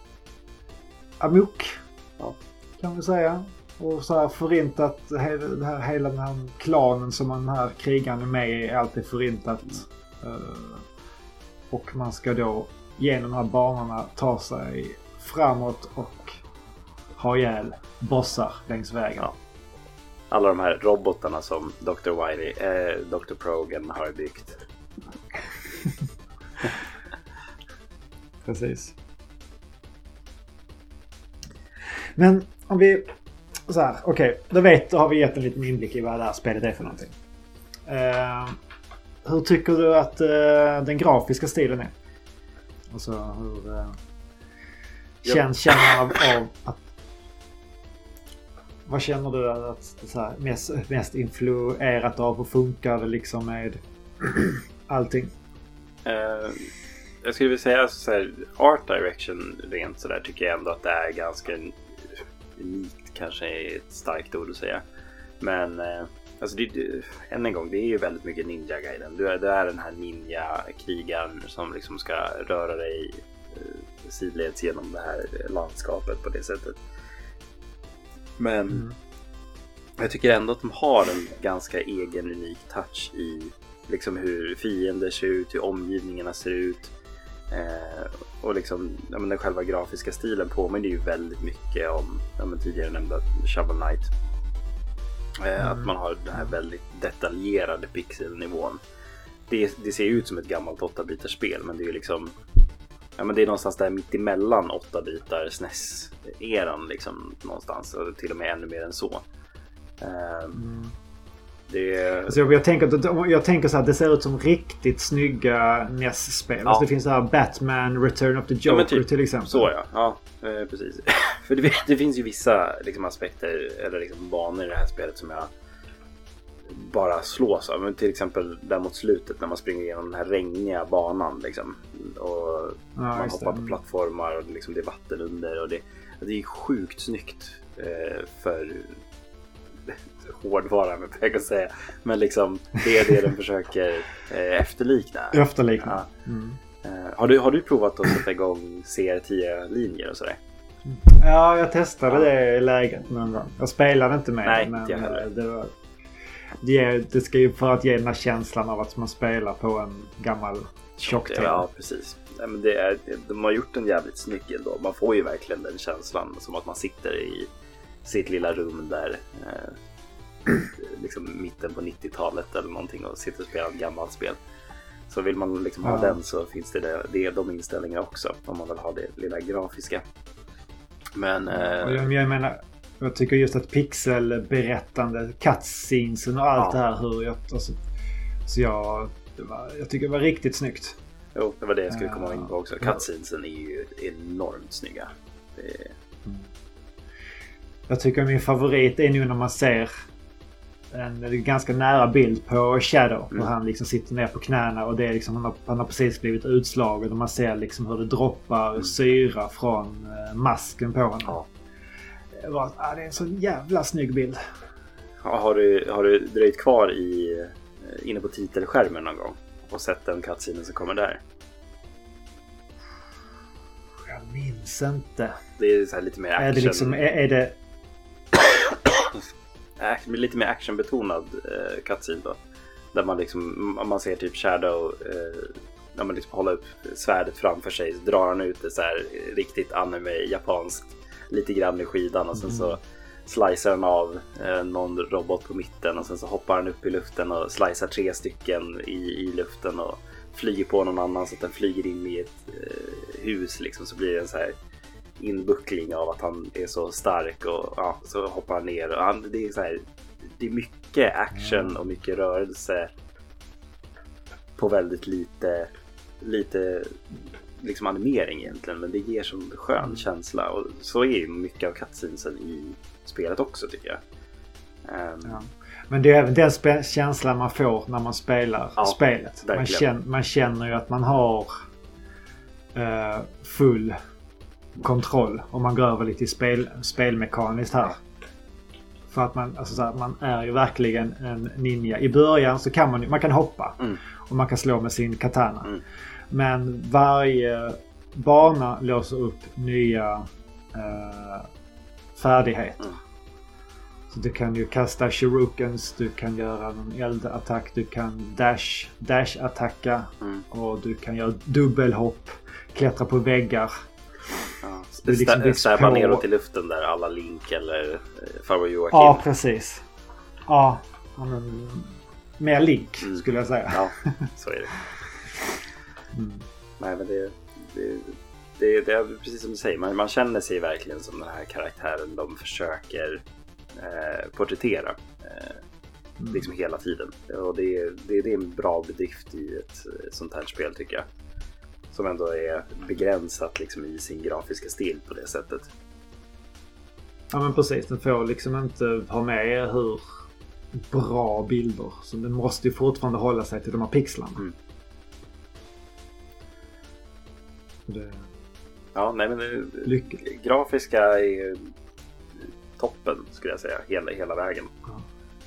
amok, ja. kan vi säga. Och så här förintat hela, det här, hela den här klanen som den här krigaren är med i är alltid förintat. Mm. Uh, och man ska då genom de här banorna ta sig framåt och ha ihjäl bossar längs vägen. Ja. Alla de här robotarna som doktor Wily, eh, doktor Progan har byggt. Precis. Men om vi så här, okej, okay, då vet, då har vi gett en liten inblick i vad det här spelet är för någonting. Uh, hur tycker du att uh, den grafiska stilen är? Alltså hur uh, känns, känner av, av att vad känner du att så här, mest, mest influerat av och funkar det liksom med allting? Uh, jag skulle vilja säga så här, art direction rent så där tycker jag ändå att det är ganska unikt, kanske är ett starkt ord att säga. Men uh, alltså det, än en gång, det är ju väldigt mycket Ninja Gaiden. Du är, du är den här ninja-krigaren som liksom ska röra dig uh, sidleds genom det här landskapet på det sättet. Men mm. jag tycker ändå att de har en ganska egen unik touch i liksom hur fiender ser ut, hur omgivningarna ser ut. Eh, och liksom ja, men den själva grafiska stilen påminner ju väldigt mycket om ja, men tidigare nämnda Shovel Knight. Eh, mm. Att man har den här väldigt detaljerade pixelnivån. Det, det ser ut som ett gammalt åtta-bitars spel, men det är ju liksom ja, men det är någonstans där mitt emellan åtta-bitar S N E S-eran liksom någonstans, och till och med ännu mer än så. Eh, mm. Det... Alltså jag, jag, tänker, jag tänker så här, det ser ut som riktigt snygga N E S-spel. Ja. Alltså det finns så här Batman, Return of the Joker ja, typ, till exempel. Så ja, ja eh, precis. För det, det finns ju vissa liksom, aspekter eller liksom, banor i det här spelet som jag bara slås av. Men till exempel där mot slutet när man springer igenom den här regniga banan liksom, och ja, man hoppar på plattformar och liksom, det är vatten under och det, det är sjukt snyggt eh, för hårdvara med jag kan säga. Men liksom det är det den försöker eh, efterlikna. Efterlikna. Ja. Mm. Eh, har, du, har du provat att sätta igång C R tio-linjer och sådär? Ja, jag testade ja. det i läget någon gång. Jag spelade inte med Nej, det, men inte jag heller. det, var, det, det ska ju för att ge den här känslan av att man spelar på en gammal tjock-tv. Ja, precis. Nej, men det är, de har gjort en jävligt snygg ändå. Man får ju verkligen den känslan som att man sitter i sitt lilla rum där eh, liksom mitten på nittiotalet eller någonting och sitter och spelar ett gammalt spel. Så vill man liksom ha ja. den så finns det, det det är de inställningarna också om man vill ha det lilla grafiska. Men eh, jag, jag menar jag tycker just att pixelberättande cutscenesen och allt ja. det här hur jag alltså, så jag det var, jag tycker det var riktigt snyggt. Jo, det var det jag skulle komma in på också. Cutscenesen är ju enormt snygga. Det är... mm. Jag tycker min favorit är nu när man ser en ganska nära bild på Shadow. Mm. Och han liksom sitter ner på knäna och det är liksom, han, har, han har precis blivit utslagen och man ser liksom hur det droppar mm. syra från eh, masken på honom. Ja. Det, var, ah, det är en så jävla snygg bild. Ja, har, du, har du dröjt kvar i, inne på titelskärmen någon gång och sett den cutscenen som kommer där? Jag minns inte. Det är så här lite mer action. Är det liksom, är, är det... Det blir lite mer actionbetonad eh, cutscene då. Där man liksom, man ser typ Shadow eh, när man liksom håller upp svärdet framför sig så drar han ut det så här riktigt anime japanskt lite grann i skidan och sen mm. så slicear han av eh, någon robot på mitten och sen så hoppar han upp i luften och slicear tre stycken i, i luften och flyger på någon annan så att den flyger in i ett eh, hus liksom, så blir det en så här inbuckling av att han är så stark och ja, så hoppar han ner och han, det är så här, det är mycket action och mycket rörelse på väldigt lite lite liksom animering egentligen, men det ger som skön mm. känsla och så är ju mycket av cutscenesen i spelet också tycker jag. Um, ja. Men det är även den spe- känslan man får när man spelar ja, spelet. Man känner, man känner ju att man har uh, full kontroll om man går över lite i spel, spelmekaniskt här. För att man, alltså så här, man är ju verkligen en ninja. I början så kan man, man kan hoppa mm. och man kan slå med sin katana. Mm. Men varje bana låser upp nya uh, färdigheter. Mm. Så du kan ju kasta shurikens, du kan göra en eldattack, du kan dash, dash-attacka mm. och du kan göra dubbelhopp, klättra på väggar. Ja, liksom stäva på... neråt i luften där alla Link eller eh, Farbror Joakim. Ja, precis. Ja, men, mer Link mm. skulle jag säga. Ja, så är det. Mm. Nej, men det, det, det, det är precis som du säger. Man, man känner sig verkligen som den här karaktären de försöker eh, porträttera eh, mm. liksom hela tiden. Och det, det, det är en bra bedrift i ett, ett sånt här spel tycker jag. Som ändå är begränsat liksom, i sin grafiska stil på det sättet. Ja men precis, den får liksom inte ha med hur bra bilder. Så den måste ju fortfarande hålla sig till de här pixlarna. Mm. Det... Ja, nej men det, Lyck... grafiska är toppen skulle jag säga, hela, hela vägen. Ja.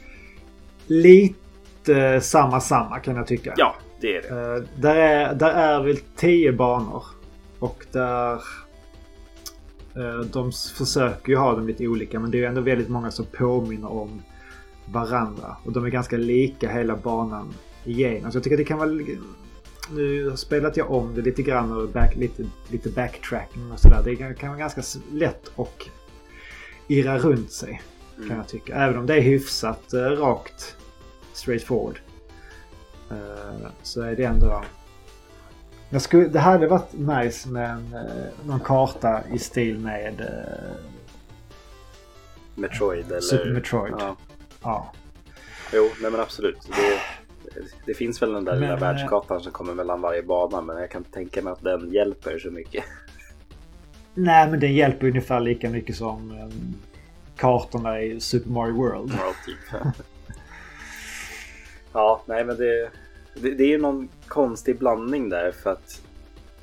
Lite samma samma kan jag tycka. Ja, det är det. Uh, där, är, där är väl tio banor och där uh, de försöker ju ha dem lite olika, men det är ju ändå väldigt många som påminner om varandra och de är ganska lika hela banan igenom. Så jag tycker det kan vara, nu har spelat jag om det lite grann och back, lite, lite backtracking och sådär. Det kan, kan vara ganska lätt och irra runt sig kan mm. jag tycka. Även om det är hyfsat uh, rakt straightforward. Uh, så är det ändå... Jag skulle, det hade varit nice med en, uh, någon karta i stil med uh, Metroid eller... Super Metroid. Ja. ja. Jo, nej men absolut. Det, det finns väl den där men, lilla världskartan som kommer mellan varje bana, men jag kan tänka mig att den hjälper så mycket. Nej, men den hjälper ungefär lika mycket som um, kartorna i Super Mario World. World typ. Ja, nej men det, det, det är ju någon konstig blandning där, för att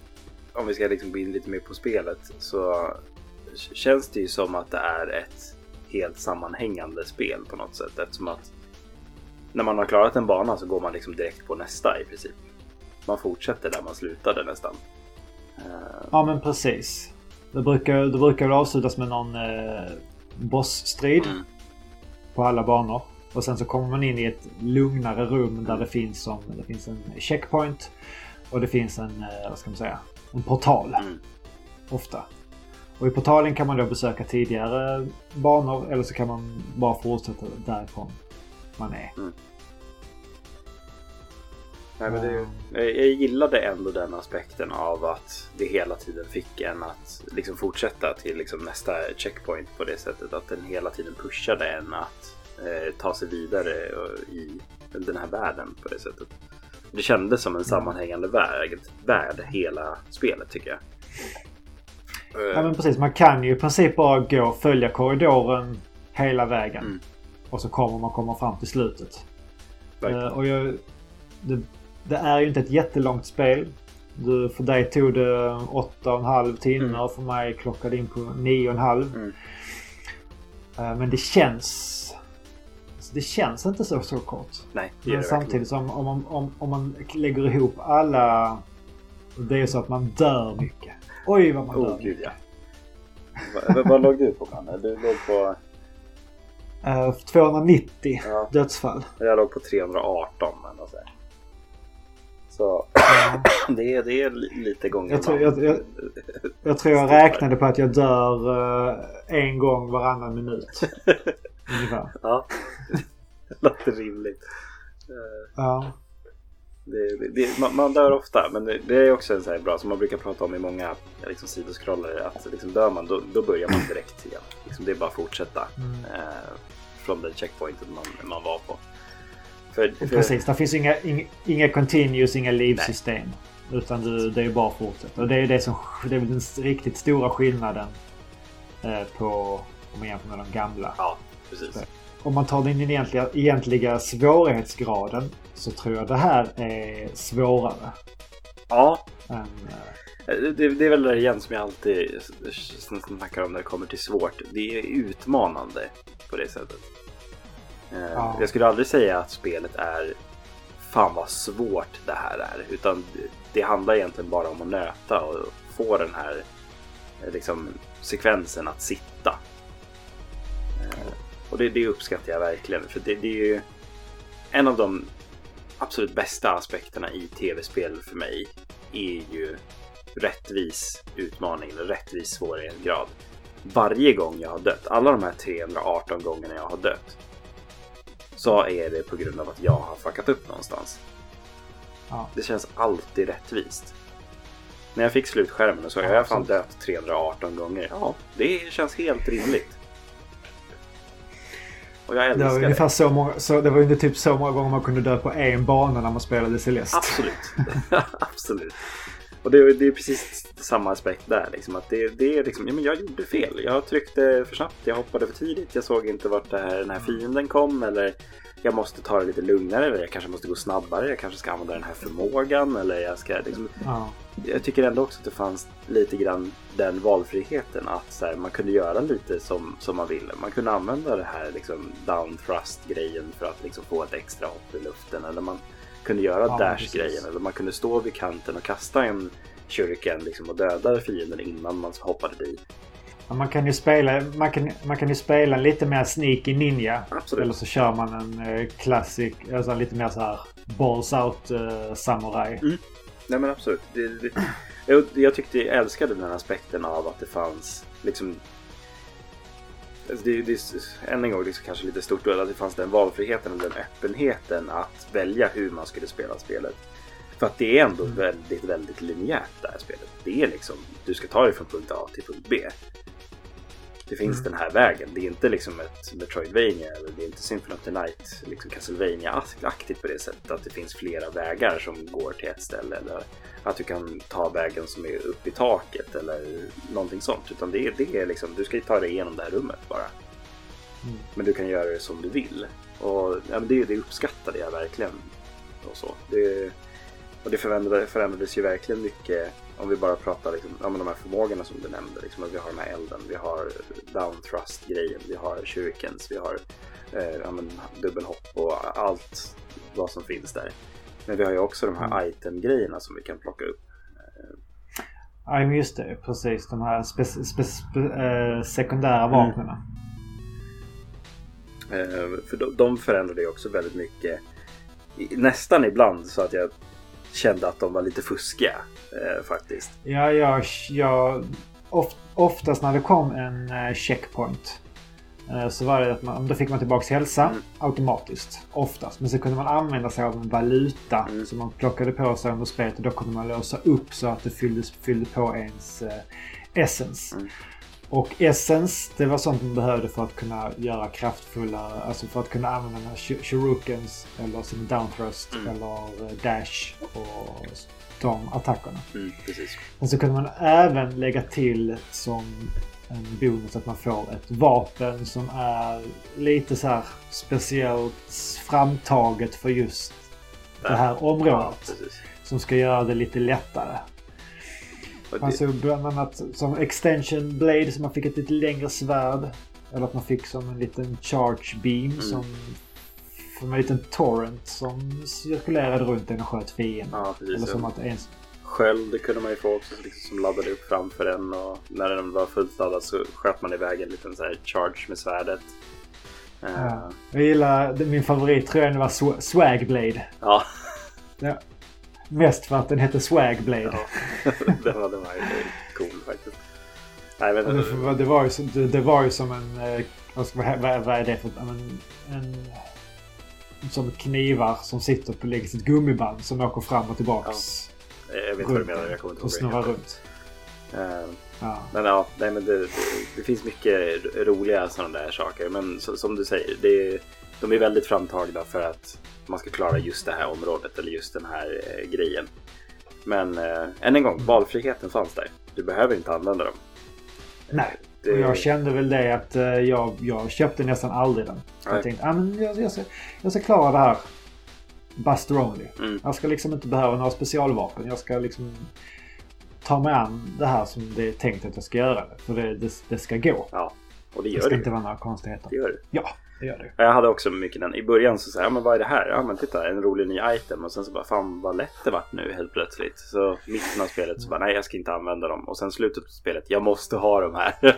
om vi ska liksom gå in lite mer på spelet så känns det ju som att det är ett helt sammanhängande spel på något sätt. Eftersom att när man har klarat en bana så går man liksom direkt på nästa i princip. Man fortsätter där man slutade nästan. Ja, men precis. Det brukar, det brukar väl avslutas med någon eh, bossstrid mm. på alla banor. Och sen så kommer man in i ett lugnare rum där det finns, som, det finns en checkpoint. Och det finns en, eh, vad ska man säga, en portal. Mm. Ofta. Och i portalen kan man då besöka tidigare banor. Eller så kan man bara fortsätta därifrån man är. Mm. Nej, men det, jag, jag gillade ändå den aspekten av att det hela tiden fick en att liksom fortsätta till liksom nästa checkpoint på det sättet. Att den hela tiden pushade en att eh, ta sig vidare i den här världen på det sättet. Det kändes som en sammanhängande värld, värld hela spelet tycker jag. Ja, men precis. Man kan ju i princip bara gå och följa korridoren hela vägen. Mm. Och så kommer man komma fram till slutet. Uh, och jag, det, det är ju inte ett jättelångt spel. Du, för dig tog det åtta och en halv timme mm. och för mig klockade in på nio och en halv. Mm. Uh, men det känns... Det känns inte så, så kort. Nej, det är men det samtidigt verkligen. Som om man, om, om man lägger ihop alla... Det är så att man dör mycket. Oj, vad man oh, dör Gud, ja. vad, vad låg du på, Manne? Du låg på... Uh, tvåhundranittio ja. Dödsfall. Jag låg på trehundraarton. Men så så ja. det, är, det är lite gånger. Jag tror jag, jag, jag, tror jag räknade på att jag dör uh, en gång varannan minut. Ungefär. Ja, det låter rimligt. Uh, ja. Det, det, det, man, man dör ofta, men det, det är också en så här bra som man brukar prata om i många liksom, sidoskrollare, att liksom, dör man, då, då börjar man direkt igen. Liksom, det är bara att fortsätta mm. eh, från den checkpointen man, man var på. För, för... Precis, det finns inga, inga, inga continuous, inga livsystem. Nej. Utan du, det är bara att fortsätta. Och det är det som det är den riktigt stora skillnaden eh, på, om man jämför med de gamla. Ja, precis. Så, om man tar den egentliga, egentliga svårighetsgraden så tror jag det här är svårare. Ja. Än, äh... det, det är väl det igen som jag alltid snackar om när det kommer till svårt. Det är utmanande på det sättet. Ja. Jag skulle aldrig säga att spelet är fan vad svårt det här är. Utan det handlar egentligen bara om att nöta och få den här liksom, sekvensen att sitta. Och det, det uppskattar jag verkligen. För det, det är ju en av de absolut bästa aspekterna i tv-spel för mig är ju rättvis utmaning eller rättvis svårighetsgrad. Varje gång jag har dött, alla de här trehundraarton gångerna jag har dött, så är det på grund av att jag har fuckat upp någonstans. Ja. Det känns alltid rättvist. När jag fick slutskärmen och så, ja, jag har fan dött trehundraarton gånger. Ja, det känns helt rimligt. Och jag älskar det. Var det. Ungefär så många, så det var ju typ så många gånger man kunde dö på en bana när man spelade Celeste. Absolut. Absolut. Och det, det är precis samma aspekt där. Liksom, att det, det är liksom, ja, men jag gjorde fel. Jag tryckte för snabbt, jag hoppade för tidigt. Jag såg inte vart det här, den här fienden kom. Eller jag måste ta det lite lugnare. Eller jag kanske måste gå snabbare. Jag kanske ska använda den här förmågan. Eller jag ska liksom... Ja. Jag tycker ändå också att det fanns lite grann den valfriheten. Att så här, man kunde göra lite som, som man ville. Man kunde använda det här liksom, down thrust-grejen för att liksom, få ett extra hopp i luften. Eller man kunde göra ja, dash-grejen. Eller man kunde stå vid kanten och kasta en shuriken liksom, och döda fienden innan man hoppade dit. Ja, man kan ju spela man kan, man kan ju spela lite mer sneaky ninja. Absolut. Eller så kör man en eh, classic, alltså lite mer så här balls out eh, samurai. Mm. Nej men absolut. Det, det, jag, jag tyckte jag älskade den aspekten av att det fanns liksom det, det, än en gång liksom kanske lite stort då, att det fanns den valfriheten och den öppenheten att välja hur man skulle spela spelet. För att det är ändå mm. väldigt, väldigt linjärt det här spelet. Det är liksom, du ska ta dig från punkt A till punkt B. Det finns mm. den här vägen. Det är inte liksom ett Metroidvania eller det är inte Symphony of the Night, liksom Castlevania-aktigt på det sättet att det finns flera vägar som går till ett ställe eller att du kan ta vägen som är upp i taket eller någonting sånt. Utan det är, det är liksom, du ska ju ta dig igenom det här rummet bara. Mm. Men du kan göra det som du vill. Och ja, men det, det uppskattade jag verkligen. Och så. Det, Och det förändrades, förändrades ju verkligen mycket om vi bara pratar liksom, om de här förmågorna som du nämnde. Liksom, att vi har den här elden, vi har down thrust-grejen, vi har shurikens, vi har eh, ja, men, dubbelhopp och allt vad som finns där. Men vi har ju också de här mm. item-grejerna som vi kan plocka upp. Ja, men just det. Precis. De här spe- spe- spe- äh, sekundära vapnen. Mm. Eh, för de, de förändrade ju också väldigt mycket. I, nästan ibland så att jag kände att de var lite fuskiga eh, faktiskt. Ja, jag, jag of, oftast när det kom en uh, checkpoint uh, så var det att man, då fick man tillbaka hälsa mm. automatiskt. Oftast. Men så kunde man använda sig av en valuta mm. som man plockade på sig under spelet och då kunde man låsa upp så att det fyllde, fyllde på ens uh, essence. Mm. Och essence, det var sånt man behövde för att kunna göra kraftfulla, alltså för att kunna använda shurikens eller sin down thrust mm. eller dash och de attackerna. Mm, precis. Och så kunde man även lägga till som en bonus att man får ett vapen som är lite så här speciellt framtaget för just det, det här området. Ja, som ska göra det lite lättare. Man såg bland annat som extension blade så man fick ett lite längre svärd. Eller att man fick som en liten charge beam mm. som som en liten torrent som cirkulerade runt en och sköt fienden. Ja, precis. Eller som att ens... Sköld, det kunde man ju få också liksom, som laddade upp framför den och när den var fullt laddad så sköt man iväg en liten så här charge med svärdet. Ja. Uh. Jag gillar, min favorit tror jag det var sw- swag blade. Ja. Ja. Mest för att den heter Swag Blade. Ja, det var, det var ju cool faktiskt. Nej, men, det, det, var ju, det, det var ju som en... Vad, vad, vad är det för... En, en, som knivar som sitter på läggs ett gummiband som åker fram och tillbaks. Ja, jag vet vad du menar. Jag kommer inte ihåg. Och snurrar runt. Uh, ja. Men ja, nej, men det, det, det finns mycket roliga sådana där saker. Men så, som du säger, det, de är väldigt framtagna för att man ska klara just det här området eller just den här eh, grejen. Men eh, än en gång, valfriheten fanns där. Du behöver inte använda dem. Nej, det... och jag kände väl det att eh, jag, jag köpte nästan aldrig den. Nej. Jag tänkte, ah, men jag, jag, ska, jag ska klara det här Buster Only. Mm. Jag ska liksom inte behöva några specialvapen. Jag ska liksom ta mig an det här som det är tänkt att jag ska göra. För det, det, det ska gå. Ja, och det gör det. ska det. inte vara några konstigheter. Det gör det. Ja. Det. Jag hade också mycket den. I början så sa jag, men vad är det här? Ja men titta, en rolig ny item. Och sen så bara, fan vad lätt det vart nu helt plötsligt. Så mitten av spelet så bara, nej jag ska inte använda dem. Och sen slutet på spelet, jag måste ha dem här.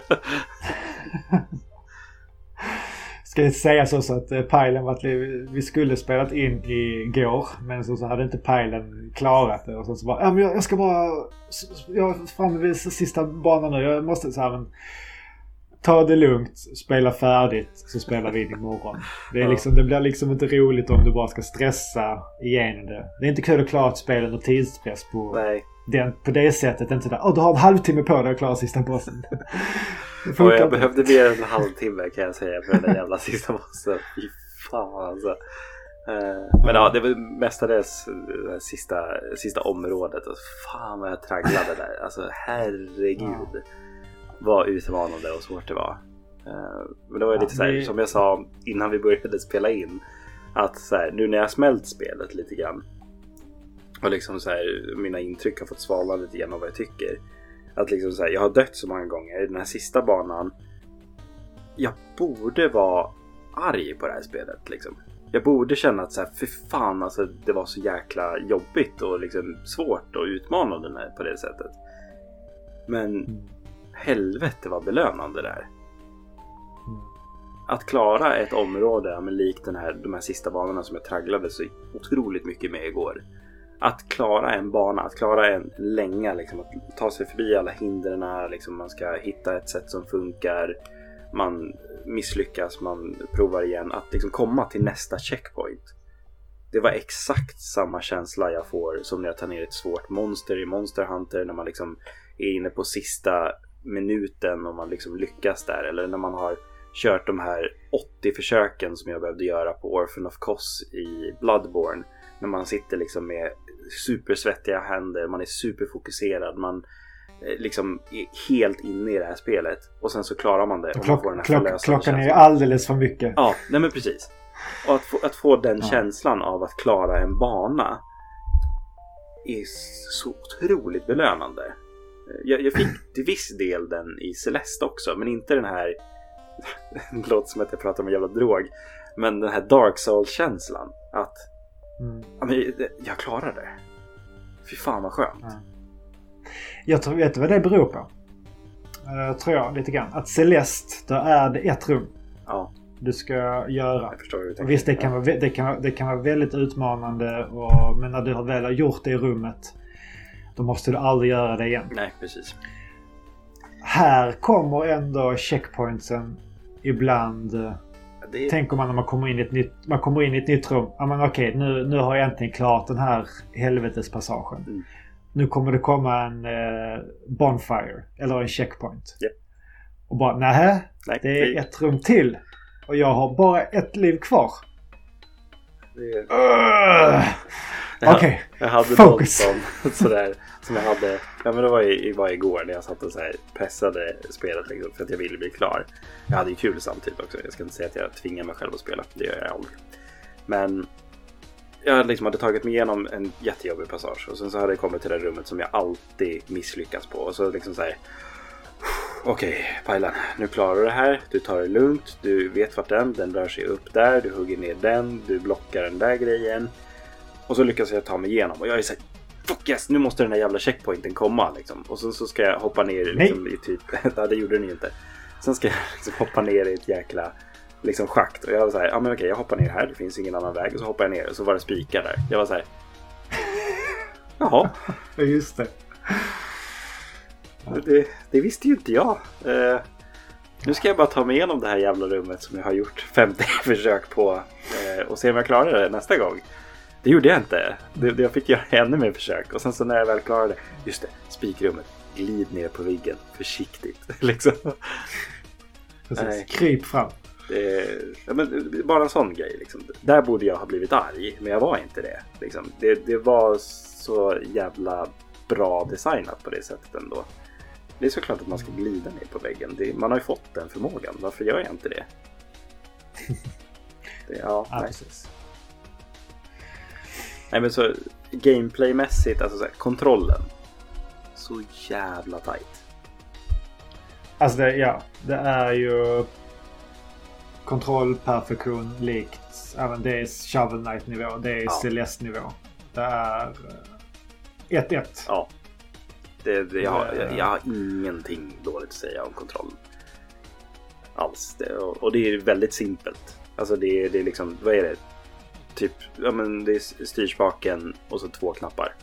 Ska det sägas också att pilen var att vi skulle spelat in igår. Men så, så hade inte pilen klarat det. Och så, så bara, ja men jag, jag ska bara, jag är framme vid sista banan nu. Jag måste så här, men ta det lugnt, spela färdigt så spelar vi imorgon. Det, är liksom, det blir liksom inte roligt om du bara ska stressa igenom det. Det är inte kul att klara ett spel under tidspress på, den, på det sättet. Inte där, oh, du har en halvtimme på dig att klara sista bossen. Och jag behövde mer än en halvtimme kan jag säga för den där jävla sista bossen. Fy fan alltså. Uh, men ja, det var mestadels det sista, sista området. Och fan vad jag tragglade där. Alltså herregud. Ja. Vad utmanande och svårt det var. Uh, men det var ju ja, lite så här, det... som jag sa innan vi började spela in. Att så här, nu när jag smält spelet lite grann. Och liksom så här, mina intryck har fått svalna lite grann av vad jag tycker. Att liksom så här, jag har dött så många gånger. Den här sista banan. Jag borde vara arg på det här spelet liksom. Jag borde känna att så här, för fan alltså, det var så jäkla jobbigt och liksom svårt och utmanande på det sättet. Men mm. helvete var belönande där. Mm. Att klara ett område men likt den här, de här sista banorna som jag tragglade så otroligt mycket med igår. Att klara en bana, att klara en länga, liksom, att ta sig förbi alla hindren, liksom, man ska hitta ett sätt som funkar, man misslyckas, man provar igen, att liksom komma till nästa checkpoint. Det var exakt samma känsla jag får som när jag tar ner ett svårt monster i Monster Hunter, när man liksom är inne på sista minuten och man liksom lyckas där, eller när man har kört de här åttio försöken som jag behövde göra på Orphan of Kos i Bloodborne, när man sitter liksom med supersvettiga händer, man är superfokuserad, man liksom är helt inne i det här spelet och sen så klarar man det och Klock, man får den här klock, klockan är alldeles för mycket. Ja, nej men precis. Och att få, att få den ja. känslan av att klara en bana, är så otroligt belönande. Jag, jag fick till viss del den i Celeste också, men inte den här det låter som att jag pratar om en jävla drog, men den här Dark Souls-känslan att mm. ja, men, jag klarar det. Fy fan vad skönt. Ja. Jag tror, vet du vad det beror på? Uh, tror jag lite grann. Att Celeste, då är det ett rum. Ja. Du ska göra. Jag förstår hur du tänker. Visst, det kan, vara, det, kan, det kan vara väldigt utmanande. Och, men när du har väl gjort det i rummet, då måste du aldrig göra det igen. Nej, precis. Här kommer ändå checkpointsen ibland. Det... Tänker man när man kommer in i ett nytt, man kommer in i ett nytt rum. Ja, men okej, nu, nu har jag äntligen klart den här helvetespassagen. Mm. Nu kommer det komma en eh, bonfire. Eller en checkpoint. Yep. Och bara, nähä, nej, det är det... ett rum till. Och jag har bara ett liv kvar. Det... Uh, Okej, okay. Jag hade focus. Som, sådär, som jag hade, ja men det var, i, var igår när jag satt och så här pressade spelet liksom, för att jag ville bli klar. Jag hade ju kul samtidigt också. Jag ska inte säga att jag tvingar mig själv att spela. Det gör jag aldrig. Men jag liksom hade tagit mig igenom en jättejobbig passage. Och sen så hade jag kommit till det rummet som jag alltid misslyckas på. Och så liksom så här, okej, okay, Pajlan, nu klarar du det här. Du tar det lugnt. Du vet vart den, den rör sig upp där. Du hugger ner den. Du blockar den där grejen. Och så lyckas jag ta mig igenom. Och jag är så här, fuck yes, nu måste den där jävla checkpointen komma liksom. Och så, så ska jag hoppa ner liksom, i typ, nej det gjorde den ju inte. Sen ska jag liksom hoppa ner i ett jäkla liksom schakt. Och jag var så här, ja men okej, jag hoppar ner här. Det finns ingen annan väg. Och så hoppar jag ner och så var det spikar där. Jag var så här, jaha. Just det. Det, det. Det visste ju inte jag. Uh, nu ska jag bara ta mig igenom det här jävla rummet som jag har gjort femtio försök på. Uh, och se om jag klarar det nästa gång. Det gjorde jag inte. Det, jag fick göra ännu mer försök. Och sen så när jag väl klarade, just det, spikrummet. Glid ner på viggen. Försiktigt. liksom. Precis, kryp fram. Det, ja, men, bara en sån grej. Liksom. Där borde jag ha blivit arg. Men jag var inte det. Liksom. Det, det var så jävla bra designat på det sättet ändå. Det är såklart att man ska glida ner på väggen. Det, man har ju fått den förmågan. Varför gör jag inte det? det ja, ja, nej. Precis. Nej men så gameplaymässigt, alltså så här, kontrollen så jävla tight. Alltså det, ja, det är ju kontrollperfektion likt, även det är Shovel Knight nivå, det är ja. Celeste nivå. Det är ett ett. Ja. Det, det, jag, har, jag, jag har ingenting dåligt att säga om kontrollen. Alls. Det, och, och det är väldigt simpelt. Alltså det, det är liksom, vad är det? Typ, ja men det är styrspaken och så två knappar.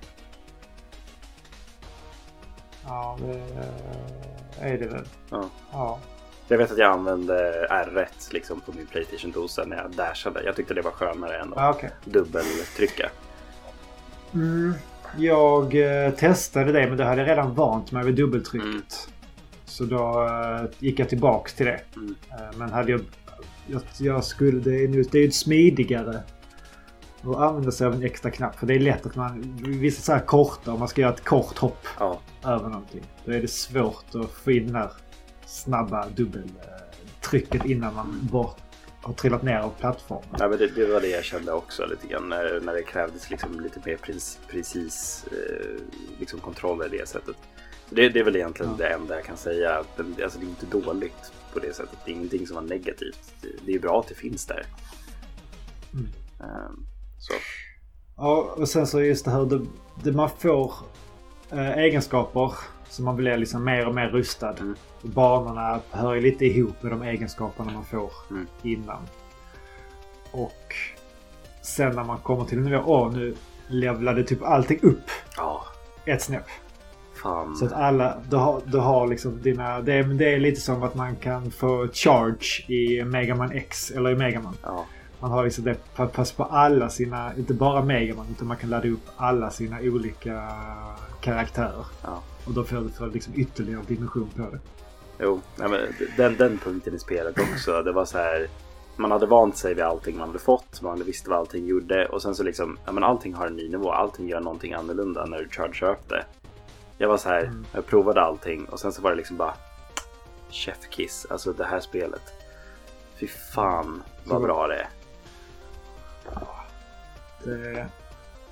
Ja, det är det väl. Ja. Ja. Jag vet att jag använde R ett liksom på min PlayStation-dosa när jag dashade. Jag tyckte det var skönare än att ah, okay. dubbeltrycka. Mm, jag eh, testade det, men det hade jag redan vant mig vid dubbeltrycket. Mm. Så då eh, gick jag tillbaks till det. Mm. Eh, men hade jag Jag, jag skulle, det är ju det är smidigare att använda sig av en extra knapp. För det är lätt att man, vissa så här korta, om man ska göra ett kort hopp ja. över någonting. Då är det svårt att få in den här snabba dubbeltrycket innan man bort, har trillat ner av plattformen. Ja, men det, det var det jag kände också lite grann när, när det krävdes liksom lite mer precis, precis eh, liksom kontroll i det sättet. Det, det är väl egentligen ja. det enda jag kan säga. Alltså det är inte dåligt på det sättet. Det är ingenting som var negativt. Det, det är bra att det finns där. Mm. Um, så. Ja, och sen så just det här. Det, det man får äh, egenskaper som man blir liksom mer och mer rustad. Mm. Banorna hör ju lite ihop med de egenskaperna man får mm. innan. Och sen när man kommer till en nivå, åh nu levlade typ allting upp. Ja. Ett snäpp. Fan. Så att alla, du har, du har liksom dina, det är, det är lite som att man kan få charge i Mega Man X eller i Mega Man. Ja. Man har liksom det, pass på alla sina, inte bara Mega Man, utan man kan ladda upp alla sina olika karaktärer. Ja. Och då får du för liksom ytterligare dimension på det. Jo, nej men den, den punkten i spelet också, det var så här, man hade vant sig vid allting man hade fått, man hade visst vad allting gjorde, och sen så liksom, ja men allting har en ny nivå, allting gör någonting annorlunda när du chargear upp det. Jag var så här, mm. jag provade allting och sen så var det liksom bara chef kiss, alltså det här spelet. Fy fan vad bra det är. Det,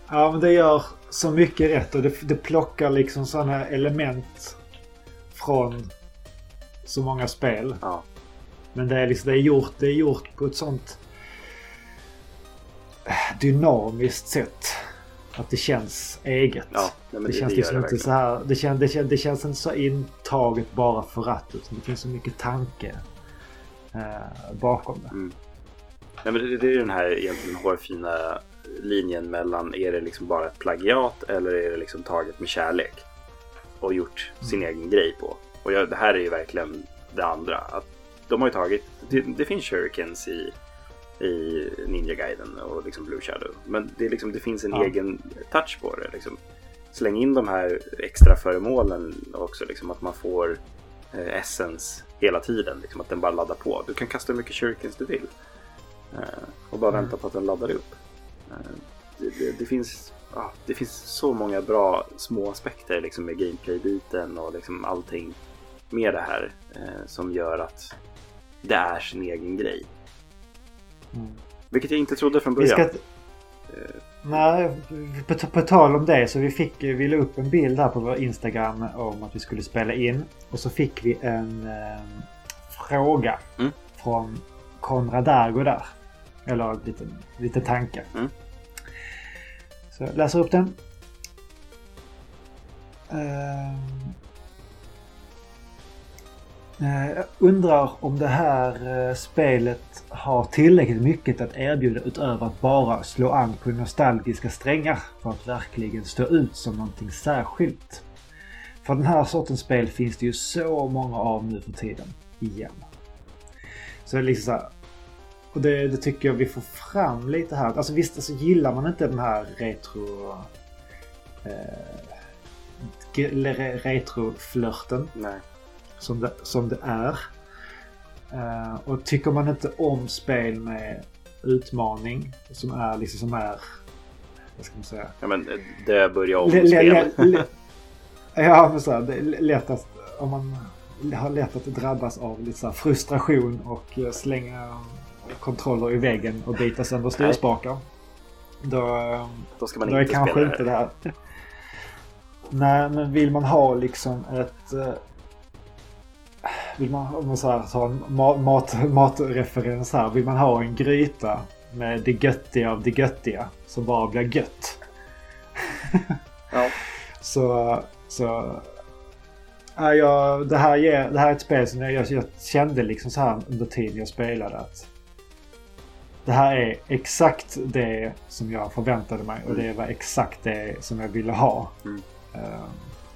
Ja, men det gör så mycket rätt och det, det plockar liksom sådana element från så många spel. Ja. Men det är, liksom, det, är gjort, det är gjort på ett sånt dynamiskt sätt att det känns eget. Ja, nej, men det, det känns det liksom det inte så här, det, känns, det, känns, det känns inte så intaget bara för att utan det finns så mycket tanke eh, bakom det. Mm. Nej, men det, det är den här egentligen hårfina linjen mellan är det liksom bara ett plagiat eller är det liksom taget med kärlek och gjort sin mm. egen grej på. Och jag, det här är ju verkligen det andra. Att de har ju tagit, det, det finns shurikens i, i Ninja Gaiden och liksom Blue Shadow. Men det, är liksom, det finns en ja. egen touch på det. Liksom. Släng in de här extra föremålen också. Liksom, att man får eh, essence hela tiden. Liksom, att den bara laddar på. Du kan kasta hur mycket shurikens du vill. Eh, och bara mm. vänta på att den laddar upp. Eh, det, det, det finns... Ja, det finns så många bra små aspekter liksom, med gameplay-biten och liksom allting med det här eh, som gör att det är sin egen grej. Mm. Vilket jag inte trodde från början. Vi ska... eh. Nej, på, på tal om det så vi fick vi la upp en bild här på vår Instagram om att vi skulle spela in och så fick vi en eh, fråga mm. från Konrad Dargo där. Eller en liten, liten tanke. Mm. Så jag läser upp den. Jag undrar om det här spelet har tillräckligt mycket att erbjuda utöver att bara slå an på nostalgiska strängar för att verkligen stå ut som någonting särskilt. För den här sortens spel finns det ju så många av nu för tiden igen. Så det är liksom så här. Och det, det tycker jag vi får fram lite här. Alltså visst, alltså, gillar man inte den här retro eh, retroflörten som det, som det är. Eh, och tycker man inte om spel med utmaning som är liksom som är vad ska man säga? Ja, men det börjar om le, spel. Le, le, ja, men så här, det är lättast om man har lätt att drabbas av lite så här frustration och slänga kontroller i väggen och bita sönder styrspakar. Då, då ska man då inte är kanske spela inte det här. Nej, men vill man ha liksom ett vill man om man så här, ta en mat, matreferens här, vill man ha en gryta med det göttiga av det göttiga som bara blir gött. Ja. så så ja, jag, det här ger, det här är ett spel som jag, jag, jag kände liksom så här under tiden jag spelade att det här är exakt det som jag förväntade mig och det var exakt det som jag ville ha. Mm. Um,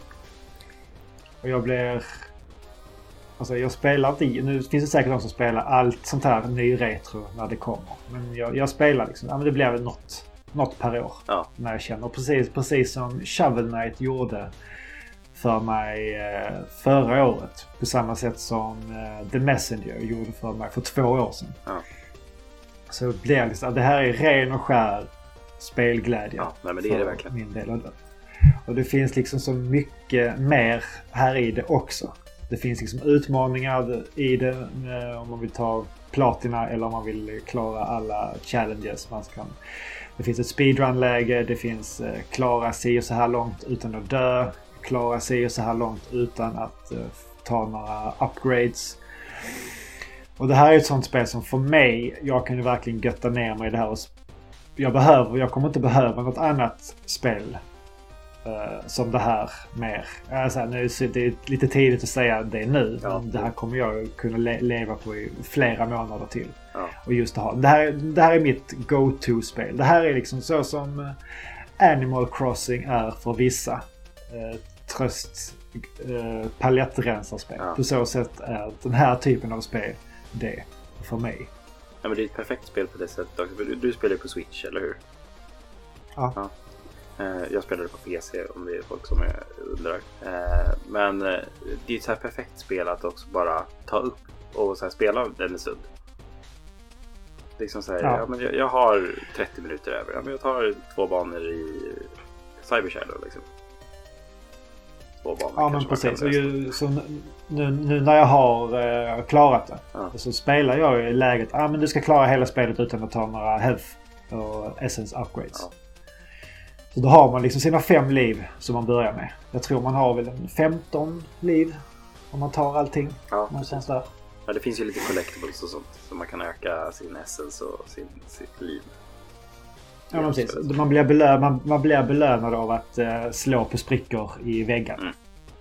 och jag blir alltså jag spelar inte, nu finns det säkert de som spelar allt sånt här ny retro när det kommer. Men jag, jag spelar liksom, ja men det blir väl något, något per år ja. När jag känner. Precis, precis som Shovel Knight gjorde för mig eh, förra året. På samma sätt som eh, The Messenger gjorde för mig för två år sedan. Ja. Så det blir liksom, det här är ren och skär spelglädje. Ja, nej, men det är det verkligen. Min del av det. Och det finns liksom så mycket mer här i det också. Det finns liksom utmaningar i det om man vill ta platina eller om man vill klara alla challenges man kan. Det finns ett speedrun-läge, det finns klara sig så här långt utan att dö, klara sig så här långt utan att ta några upgrades. Och det här är ett sånt spel som för mig, jag kan ju verkligen götta ner mig i det här och jag behöver, jag kommer inte behöva något annat spel uh, som det här mer. Alltså, nu är det lite tidigt att säga det nu, ja. Men det här kommer jag kunna le- leva på i flera månader till. Ja. Och just det här, det här, det här är mitt go-to-spel. Det här är liksom så som Animal Crossing är för vissa. Uh, tröst, uh, palettrensarspel. Ja. På så sätt är den här typen av spel det för mig. Ja, men det är ett perfekt spel på det sättet också. Du, du spelar på Switch, eller hur? Ja. ja. Jag spelar på P C om det är folk som är undrar. Men det är ett så här perfekt spel att också bara ta upp och så här spela den en stund. Liksom så här, ja. Ja, men jag, jag har trettio minuter över. Ja, men jag tar två banor i Cyber Shadow liksom. Ja, men precis. Och ju, så nu, nu när jag har eh, klarat det ja. Så spelar jag i läget att ah, men du ska klara hela spelet utan att ta några health och essence upgrades. Så då har man liksom sina fem liv som man börjar med. Jag tror man har väl en femton liv om man tar allting. Ja, någonstans där. Ja, det finns ju lite collectibles och sånt. Så man kan öka sin essence och sin, sitt liv. Ja, men precis. Man blir, belö- man, man blir belönad av att uh, slå på sprickor i väggen. Mm.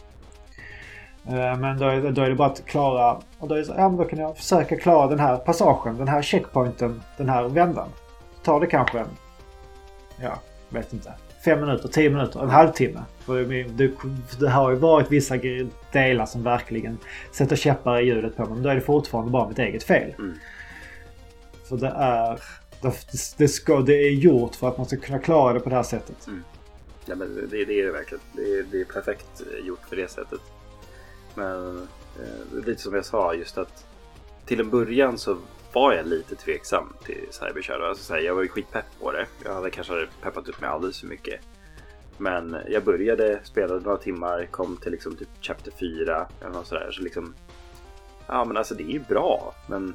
Uh, men då är, då är det bara att klara... Och då, är det så, ja, men då kan jag försöka klara den här passagen, den här checkpointen, den här vändan. Tar det kanske en... Ja, vet inte. Fem minuter, tio minuter, en halvtimme. För det, det har ju varit vissa delar som verkligen sätter käppar i hjulet på mig. Men då är det fortfarande bara mitt eget fel. Mm. För det är... Det, det, ska, det är gjort för att man ska kunna klara det på det här sättet. Mm. Ja, men det, det är det verkligen. Det är, det är perfekt gjort för det sättet. Men eh, lite som jag sa, just att till en början så var jag lite tveksam till Cybershare. Alltså, så här, jag var ju skitpepp på det. Jag hade kanske peppat ut mig alldeles för mycket. Men jag började, spelade några timmar, kom till liksom typ chapter fyra eller något sådär. Så liksom, ja men alltså det är ju bra. Men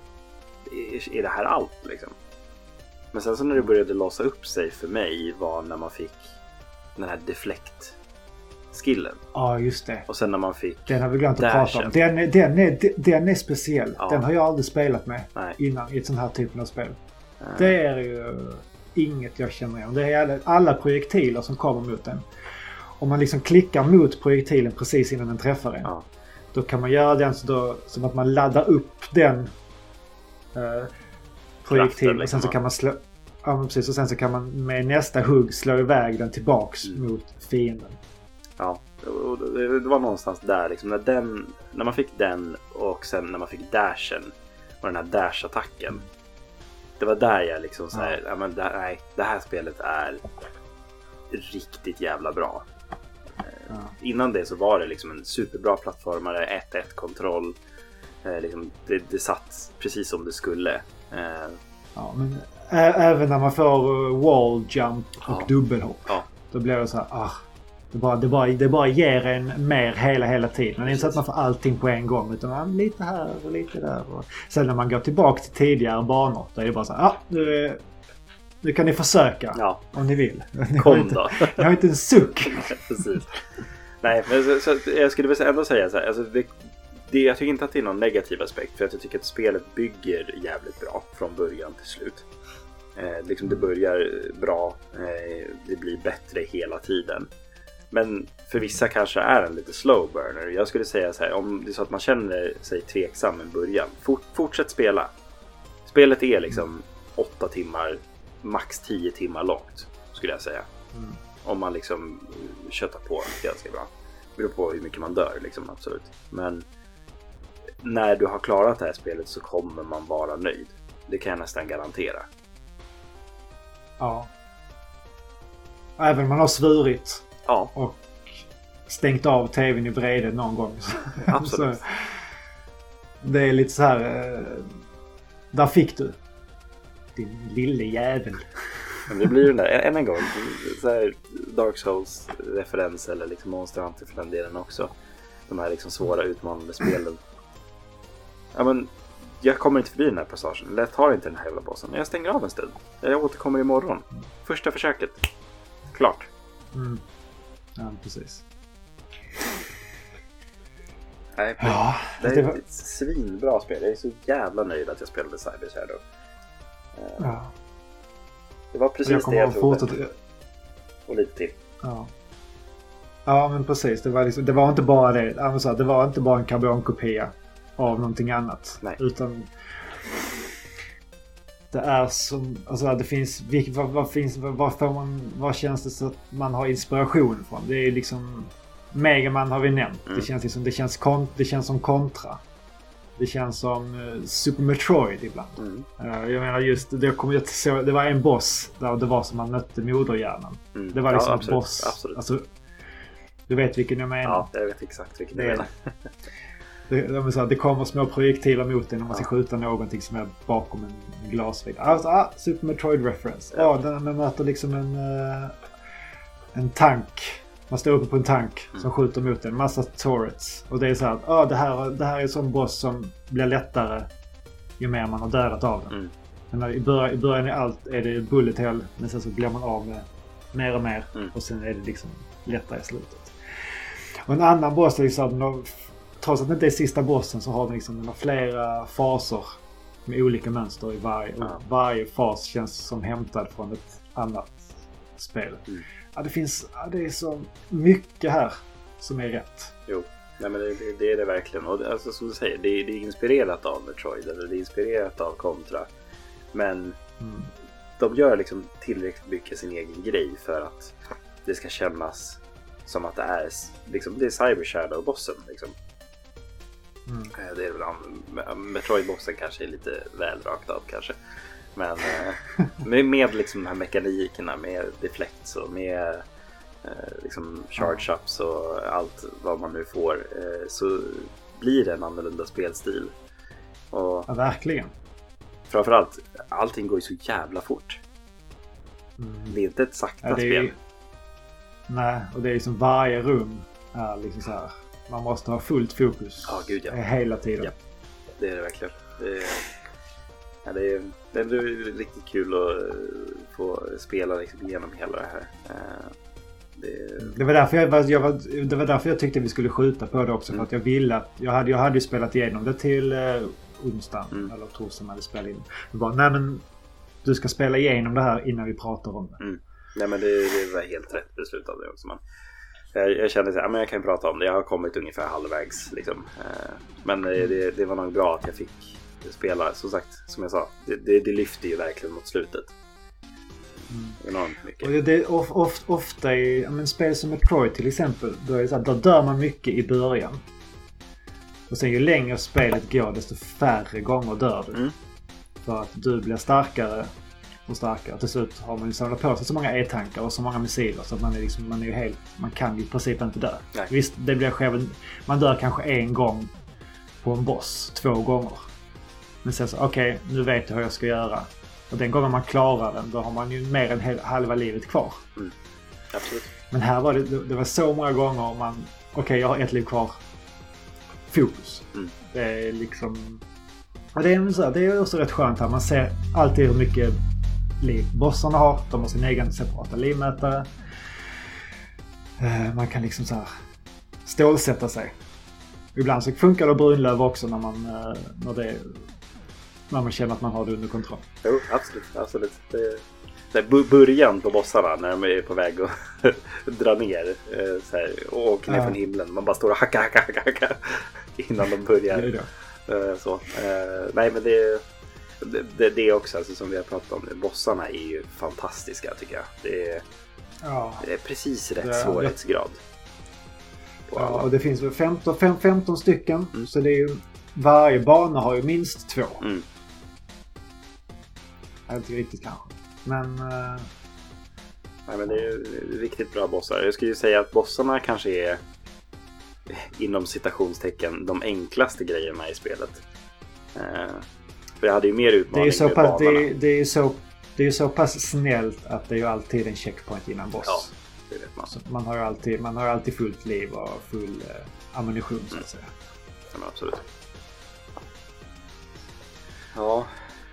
är, är det här allt liksom? Men sen så när det började låsa upp sig för mig var när man fick den här deflect skillen. Ja, just det. Och sen när man fick den har vi glömt att prata om. Den är, den är, den är speciell. Ja. Den har jag aldrig spelat med Nej. innan i ett sånt här typen av spel. Nej. Det är ju inget jag känner igen. Det är alla, alla projektiler som kommer mot den. Om man liksom klickar mot projektilen precis innan den träffar en. Ja. Då kan man göra den så då, som att man laddar upp den eh, projektilen. Liksom. Och sen så kan man slå... Ja, precis. Och sen så kan man med nästa hugg slå iväg den tillbaks mm. mot fienden. Ja, det var någonstans där liksom, när, den, när man fick den och sen när man fick dashen och den här dash-attacken. Det var där jag liksom så här, ja. Ja, men det, nej, det här spelet är riktigt jävla bra. Ja. Innan det så var det liksom en superbra plattformare, ett ett kontroll. Liksom, det, det satt precis som det skulle. Ja, men ä- även när man får wall jump och ja. dubbelhopp. Ja. Då blir det så här, ah. Det bara, det, bara, det bara ger en mer hela, hela tiden. Det är inte så att man får allting på en gång. Utan man lite här och lite där. Och sen när man går tillbaka till tidigare banor. Då är det bara så här, ja, nu, nu kan ni försöka. Ja. Om ni vill. Ni Kom inte, då. Jag har inte en suck. Precis. Nej, men så, så, jag skulle väl ändå säga så här. Alltså det, det, jag tycker inte att det är någon negativ aspekt. För att jag tycker att spelet bygger jävligt bra. Från början till slut. Eh, liksom det börjar bra. Eh, det blir bättre hela tiden. Men för vissa kanske är en lite slow burner. Jag skulle säga så här, om det är så att man känner sig tveksam i början, fort, fortsätt spela. Spelet är liksom åtta timmar, max tio timmar långt, skulle jag säga. Mm. Om man liksom köttar på ganska bra. Det beror på hur mycket man dör, liksom, absolut. Men när du har klarat det här spelet så kommer man vara nöjd. Det kan jag nästan garantera. Ja. Även om man har svurit. Ja. Och stängt av tvn i vrede någon gång. Absolut. Så, det är lite så här. Eh, där fick du. Din lille jävel. Men det blir ju den där, än en gång. Så här Dark Souls-referens eller liksom Monster Hunter för den delen också. De här liksom svåra utmanande spelen. Ja, men jag kommer inte förbi den här passagen. Eller jag tar inte den här jävla bossen. Jag stänger av en stund. Jag återkommer imorgon. Första försöket. Klart. Mm. Ja, precis. Nej, ja, det är det var... ett svinbra spel. Jag är så jävla nöjd att jag spelade Cyber Shadow. Ja. Det var precis jag det jag trodde. Fortsätta... Och lite till. Ja. Ja, men precis. Det var, liksom, det var inte bara det. Det var inte bara en karbonkopia av någonting annat. Nej. Utan det är som, alltså det finns, vad, vad finns, vad får man, vad känns det så att man har inspiration från? Det är liksom, Mega Man har vi nämnt. Mm. Det känns liksom, det känns kon, det känns som Contra. Det känns som uh, Super Metroid ibland. Mm. Uh, jag menar just, det kommer jag så, det var en boss där det var som man mötte moderhjärnan. Mm. Det var liksom ja, en boss. Absolut. Alltså, du vet vilken jag menar. Ja, jag vet exakt vilken det du menar. Det, det, så här, det kommer små projektiler mot dig när man ska skjuta någonting som är bakom en glasvägg. Alltså, ah, Super Metroid reference. Ja, ah, man möter liksom en, uh, en tank. Man står uppe på en tank mm. som skjuter mot en massa turrets. Och det är så här att ah, det, här, det här är en sån boss som blir lättare ju mer man har dödat av den. Mm. Men i början, i början är allt är det bullet hell, men sen så blir man av med mer och mer. Mm. Och sen är det liksom lättare i slutet. Och en annan boss är liksom, de, trots att det inte är sista bossen så har den liksom den flera faser med olika mönster i varje. Ja. Och varje fas känns som hämtad från ett annat spel. Mm. Ja, det finns, ja, det är så mycket här som är rätt. Jo, nej, men det, det, det är det verkligen. Och det, alltså, som du säger, det, det är inspirerat av Metroid eller det är inspirerat av Contra. Men Mm. de gör liksom tillräckligt mycket sin egen grej för att det ska kännas som att det är liksom, det är Cyber Shadow-bossen liksom. Mm. Det är väl Metroid-bossen kanske är lite väl rakt av kanske. Men eh, med, med liksom de här mekanikerna med deflects och med eh, liksom charge-ups och allt vad man nu får eh, så blir det en annorlunda spelstil. Och Ja, verkligen. framförallt, allting går ju så jävla fort. Mm. Det är inte ett sakta Ja, det är spel. ju- Nej, och det är liksom varje rum är liksom så här. Man måste ha fullt fokus Ja, gud, ja. hela tiden. Ja. Det är det verkligen. Det är, ja, det är, det är riktigt kul att eh, få spela liksom igenom hela det här. Eh, Det, Det var därför jag, var- jag var, det var därför jag tyckte vi skulle skjuta på det också. Mm. För att jag ville att, jag hade, jag hade ju spelat igenom det till eh, onsdagen Mm. eller torsdagen hade spelat in. Jag bara, nej men du ska spela igenom det här innan vi pratar om det. Mm. Nej, men det, det var helt rätt beslut av det också. Man. Jag, jag kände så här, men jag kan prata om det. Jag har kommit ungefär halvvägs liksom. Eh, Men det, det, det var nog bra att jag fick spela. Som sagt, som jag sa, det, det, det lyfter ju verkligen mot slutet. Mm. Enormt mycket. Och det, det är of, of, ofta i men, spel som Metroid till exempel, då, är det så här, då dör man mycket i början. Och sen ju längre spelet går desto färre gånger dör du. Mm. För att du blir starkare och starkare. Till slut har man ju samlat på sig så många e-tankar och så många missiler så att man är, liksom, man är ju helt, man kan ju i princip inte dö. Nej. Visst, det blir själv, man dör kanske en gång på en boss, två gånger. Men sen så, okej, okay, nu vet jag hur jag ska göra. Och den gången man klarar den, då har man ju mer än hel, halva livet kvar. Mm. Absolut. Men här var det, det var så många gånger man, okej, okay, jag har ett liv kvar. Fokus. Mm. Det är liksom, ja, det är så här, det är också rätt skönt här. Man ser alltid hur mycket liv bossarna har. De har sin egen separata livmätare. Man kan liksom så här stålsätta sig. Ibland så funkar det brunlöv också när man, när det, när man känner att man har det under kontroll. Jo, absolut. absolut. Det, det b- början på bossarna när de är på väg att dra ner så här, och åker ner Ja. från himlen. Man bara står och hacka, hacka, hacka, hacka innan de börjar. Det är det. Så. Nej, men det, det, det är också alltså, som vi har pratat om. Bossarna är ju fantastiska tycker jag. Det är, Ja. det är precis rätt Ja, svårighetsgrad. På Ja, alla. och det finns väl femton, fem, femton stycken. Mm. Så det är ju, varje bana har ju minst två. Mm. Jag vet inte riktigt kanske. Men eh, Nej, men det är ju riktigt bra bossar. Jag skulle ju säga att bossarna kanske är inom citationstecken de enklaste grejerna i spelet. Eh, för jag hade ju mer det är utmaning ju så med pass, det banorna. är, det är ju så, det är ju så pass snällt att det är ju alltid en checkpoint innan boss. Ja, det vet man. Så man har ju alltid, man har ju alltid fullt liv och full eh, ammunition så att säga. Ja, men absolut. Ja.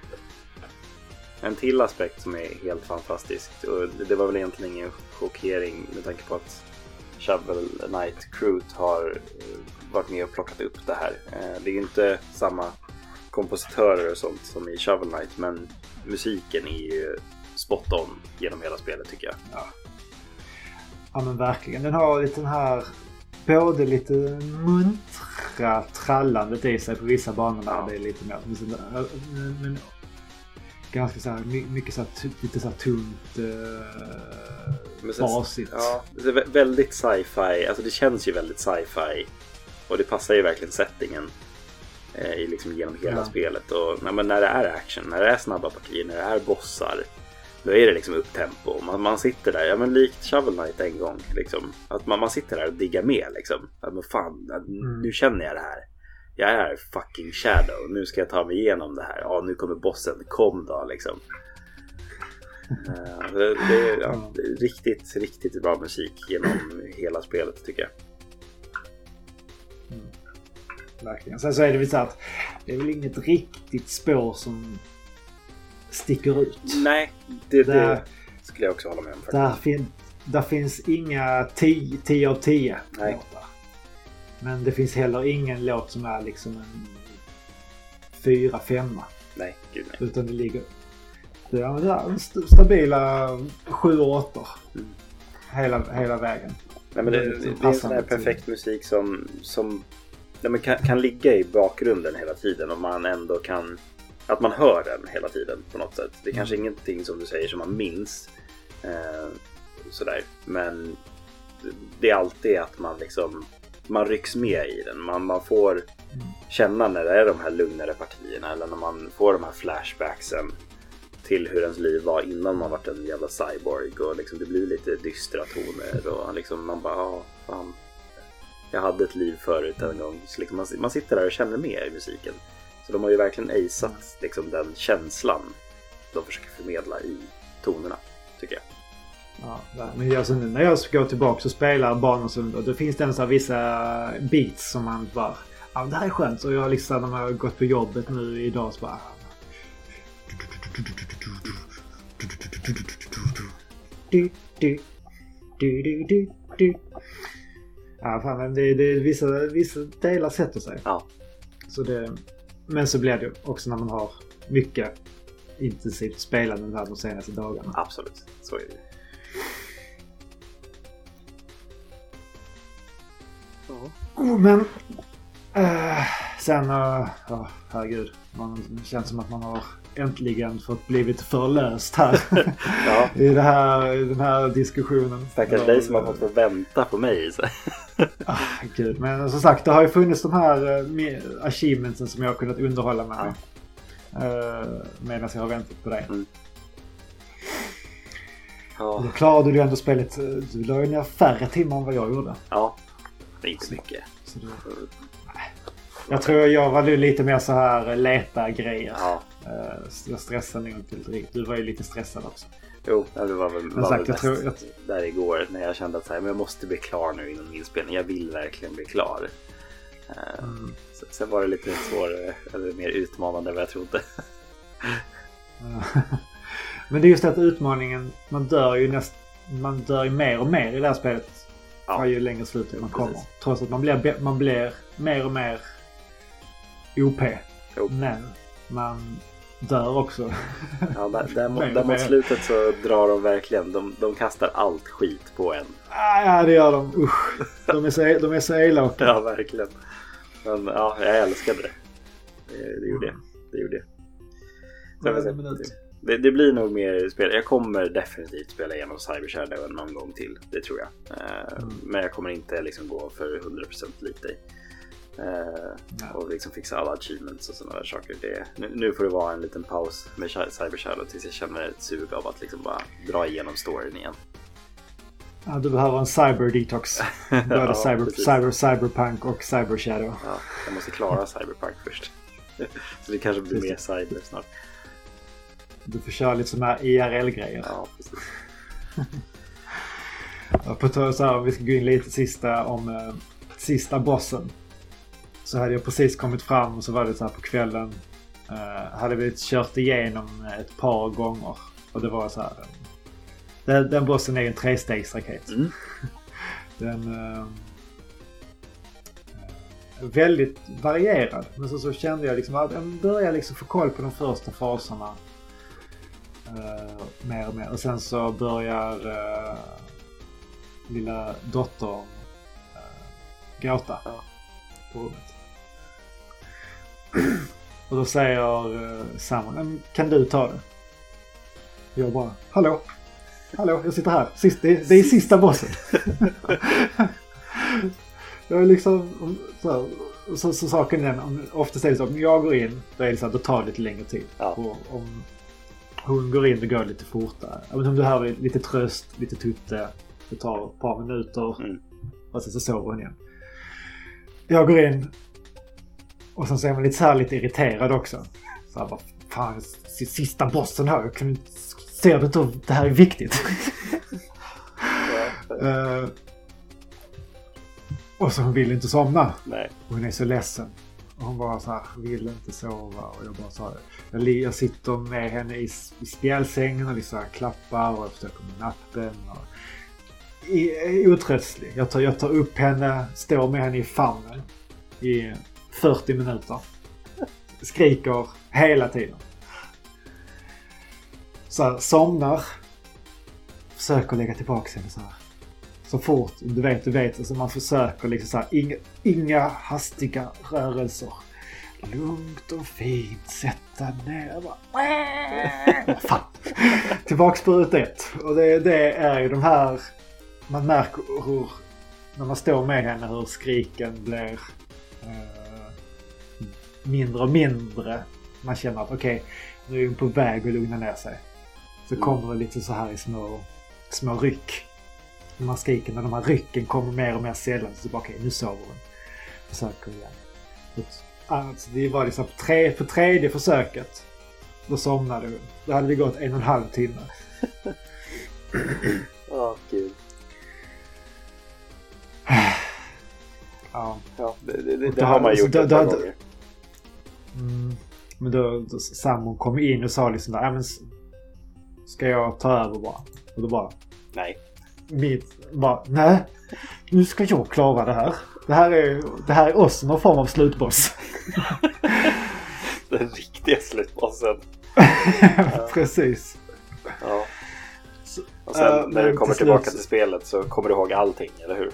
En till aspekt som är helt fantastisk. Och det var väl egentligen ingen chockering med tanke på att Shovel Knight Crute har varit med och plockat upp det här. Det är ju inte samma kompositörer och sånt som i Shovel Knight, men musiken är ju spot on genom hela spelet tycker jag. Ja. Ja men verkligen. Den har lite den här både lite muntra trallandet i sig på vissa banor där Ja. det är lite mer men, men ganska så här mycket så här, lite så här tungt Men eh, sen- basigt. Ja, det är vä- väldigt sci-fi. Alltså det känns ju väldigt sci-fi. Och det passar ju verkligen settingen eh, i liksom genom hela Ja. spelet. Och nej, men när det är action, när det är snabba partier, när det är bossar, då är det liksom upptempo. Man, man sitter där, ja men likt Shovel Knight en gång liksom. Att man, man sitter där och diggar med liksom. Att men fan, att, Mm. nu känner jag det här. Jag är fucking Shadow. Nu ska jag ta mig igenom det här. Ja, nu kommer bossen. Kom då liksom. Uh, det, det, ja, det är riktigt, riktigt bra musik genom hela spelet tycker jag. Mm. Verkligen. Sen så är det väl så att det är väl inget riktigt spår som sticker ut. Nej, det, Där, det, skulle jag också hålla med om. Där, fin- där finns inga tio av tio låtar. Men det finns heller ingen låt som är liksom en fyra femma. Nej, gud nej. Utan det ligger det är, det är st- stabila sju åtta mm. hela, hela vägen. Nej, men det, det, det, det är en sån här perfekt musik som, som nej, men kan, kan ligga i bakgrunden hela tiden och man ändå kan, att man hör den hela tiden på något sätt. Det är kanske mm. ingenting som du säger som man minns eh, sådär, men det är alltid att man liksom man rycks med i den. Man, man får mm. känna när det är de här lugnare partierna eller när man får de här flashbacksen till hur ens liv var innan man var en jävla cyborg och liksom det blir lite dystra toner och liksom man bara, ja, fan, jag hade ett liv förut en gång. Så liksom man, man sitter där och känner med i musiken. Så de har ju verkligen aceat liksom den känslan de försöker förmedla i tonerna, tycker jag. Ja, men alltså, när jag går tillbaka och spelar Barnesund och då finns det en så här vissa beats som man bara, ja, det här är skönt. Och jag har liksom, när jag har gått på jobbet nu idag så bara du, du, du, du, du, du. Ja, fan, men det, det, vissa, vissa delar sätter sig. Ja. Så det, men så blir det också när man har mycket intensivt spelande här de senaste dagarna. Absolut, så är det. Oh, men äh, sen, äh, oh, herregud, man, det känns som att man har äntligen fått blivit förlöst här ja. i, det här i den här diskussionen. Stackars dig som har fått få vänta på mig. Så. ah, gud. Men som sagt, det har ju funnits de här uh, achievementsen som jag har kunnat underhålla med ja. uh, medan jag har väntat på dig. Mm. Ja. Då klarade du ändå spelet. Du la ju ner färre timmar än vad jag gjorde. Ja, det är inte mycket. Så det, jag tror jag var lite mer så här leta grejer. Ja. Jag stressade nog inte riktigt. Du var ju lite stressad också. Jo, det var väl, var sagt, väl jag tror, jag... där igår när jag kände att så här, men jag måste bli klar nu innan inspelning. Jag vill verkligen bli klar. Mm. Så, sen var det lite svårare eller mer utmanande än vad jag trodde. Men det är just att utmaningen, man dör ju näst, man dör ju mer och mer i det här spelet. Ja. Ju längre slutet man kommer. Precis. Trots att man blir, man blir mer och mer O P. Jo. Men man dör också. Ja, där, där, mot, där mot slutet så drar de verkligen, de, de kastar allt skit på en. Ah, ja, det gör de. Usch. De är så, de är så elaka. Ja, verkligen. Men ja, jag älskade det. Det, det gjorde jag. Det gjorde jag. Så, det, det, det blir nog mer spel. Jag kommer definitivt spela igenom Cyber Shadow någon gång till. Det tror jag. Uh, mm. Men jag kommer inte liksom gå för hundra procent lik dig. Uh, och liksom fixa alla achievements och sådana där saker. Det, nu, nu får det vara en liten paus med Cyber Shadow tills jag känner ett sug av att liksom bara dra igenom storyn igen. Ja, du behöver en cyber detox. Både ja, cyber, cyber, cyberpunk och cyber shadow. Ja, jag måste klara cyberpunk först. Så det kanske blir mer cyber snart. Du får köra lite sådana här I R L-grejer. Ja, precis. Ja, på tal så här, vi ska gå in lite sista om eh, sista bossen. Så hade jag precis kommit fram och så var det så här på kvällen. Eh, hade vi kört igenom ett par gånger. Och det var så här. Den, den bossen är en trestegsraket. Mm. Den eh, väldigt varierad. Men så, så kände jag liksom att jag började liksom få koll på de första faserna. Uh, mer och mer. Och sen så börjar uh, lilla dottern uh, gråta ja. På rummet. Och då säger uh, Sam, kan du ta det? Jag bara, hallå? Hallå, jag sitter här. Sist, det, det är sista bossen. Jag är liksom så, så, så saken är den, oftast är det så om jag går in, då är det så att det tar lite längre tid. Ja. Och om hon går in och går lite fortare. Om du har lite tröst, lite tutte, det tar ett par minuter mm. och sen så sover hon igen. Jag går in och sen så är man lite så här lite irriterad också. Så här bara, fan, sista bossen här, jag kan se det då, det här är viktigt. uh, och så hon vill inte somna. Nej. Hon är så ledsen. Och hon bara så här, vill inte sova. Och jag bara så här, jag, jag sitter med henne i, i spjälsängen och liksom klappar och jag försöker med nappen. Och, är otröstlig. Jag tar, jag tar upp henne, står med henne i famnen i fyrtio minuter. Skriker hela tiden. Så här, somnar. Försöker lägga tillbaka henne så här. Så fort du vet, du vet. Alltså man försöker liksom så här, inga, inga hastiga rörelser. Lugnt och fint. Sätta ner. Bara, fan. Tillbaks på ut ett. Och det, det är ju de här... Man märker hur, när man står med henne, hur skriken blir eh, mindre och mindre. Man känner att okej, okay, nu är hon på väg att lugna ner sig. Så mm. kommer det lite så här i små, små ryck. När man skriker, när de här rycken kommer mer och mer sällan. Så bara okej, okay, nu sover hon. Försöker igen. Alltså, det var liksom på, tre, på tredje försöket. Då somnade hon. Då hade det gått en och en halv timme. Åh, oh, gud. Ja, ja det, det, det, det har man gjort ett par gånger. Mm, men då, då Samon kom in och sa liksom där, men ska jag ta över bara? Och då bara, nej. Mitt, bara, nej, nu ska jag klara det här. Det här är, det här är oss någon form av slutboss. Den riktiga slutbossen. Ja. Precis. Ja. Och sen uh, när du kommer till tillbaka slut... till spelet så kommer du ihåg allting, eller hur?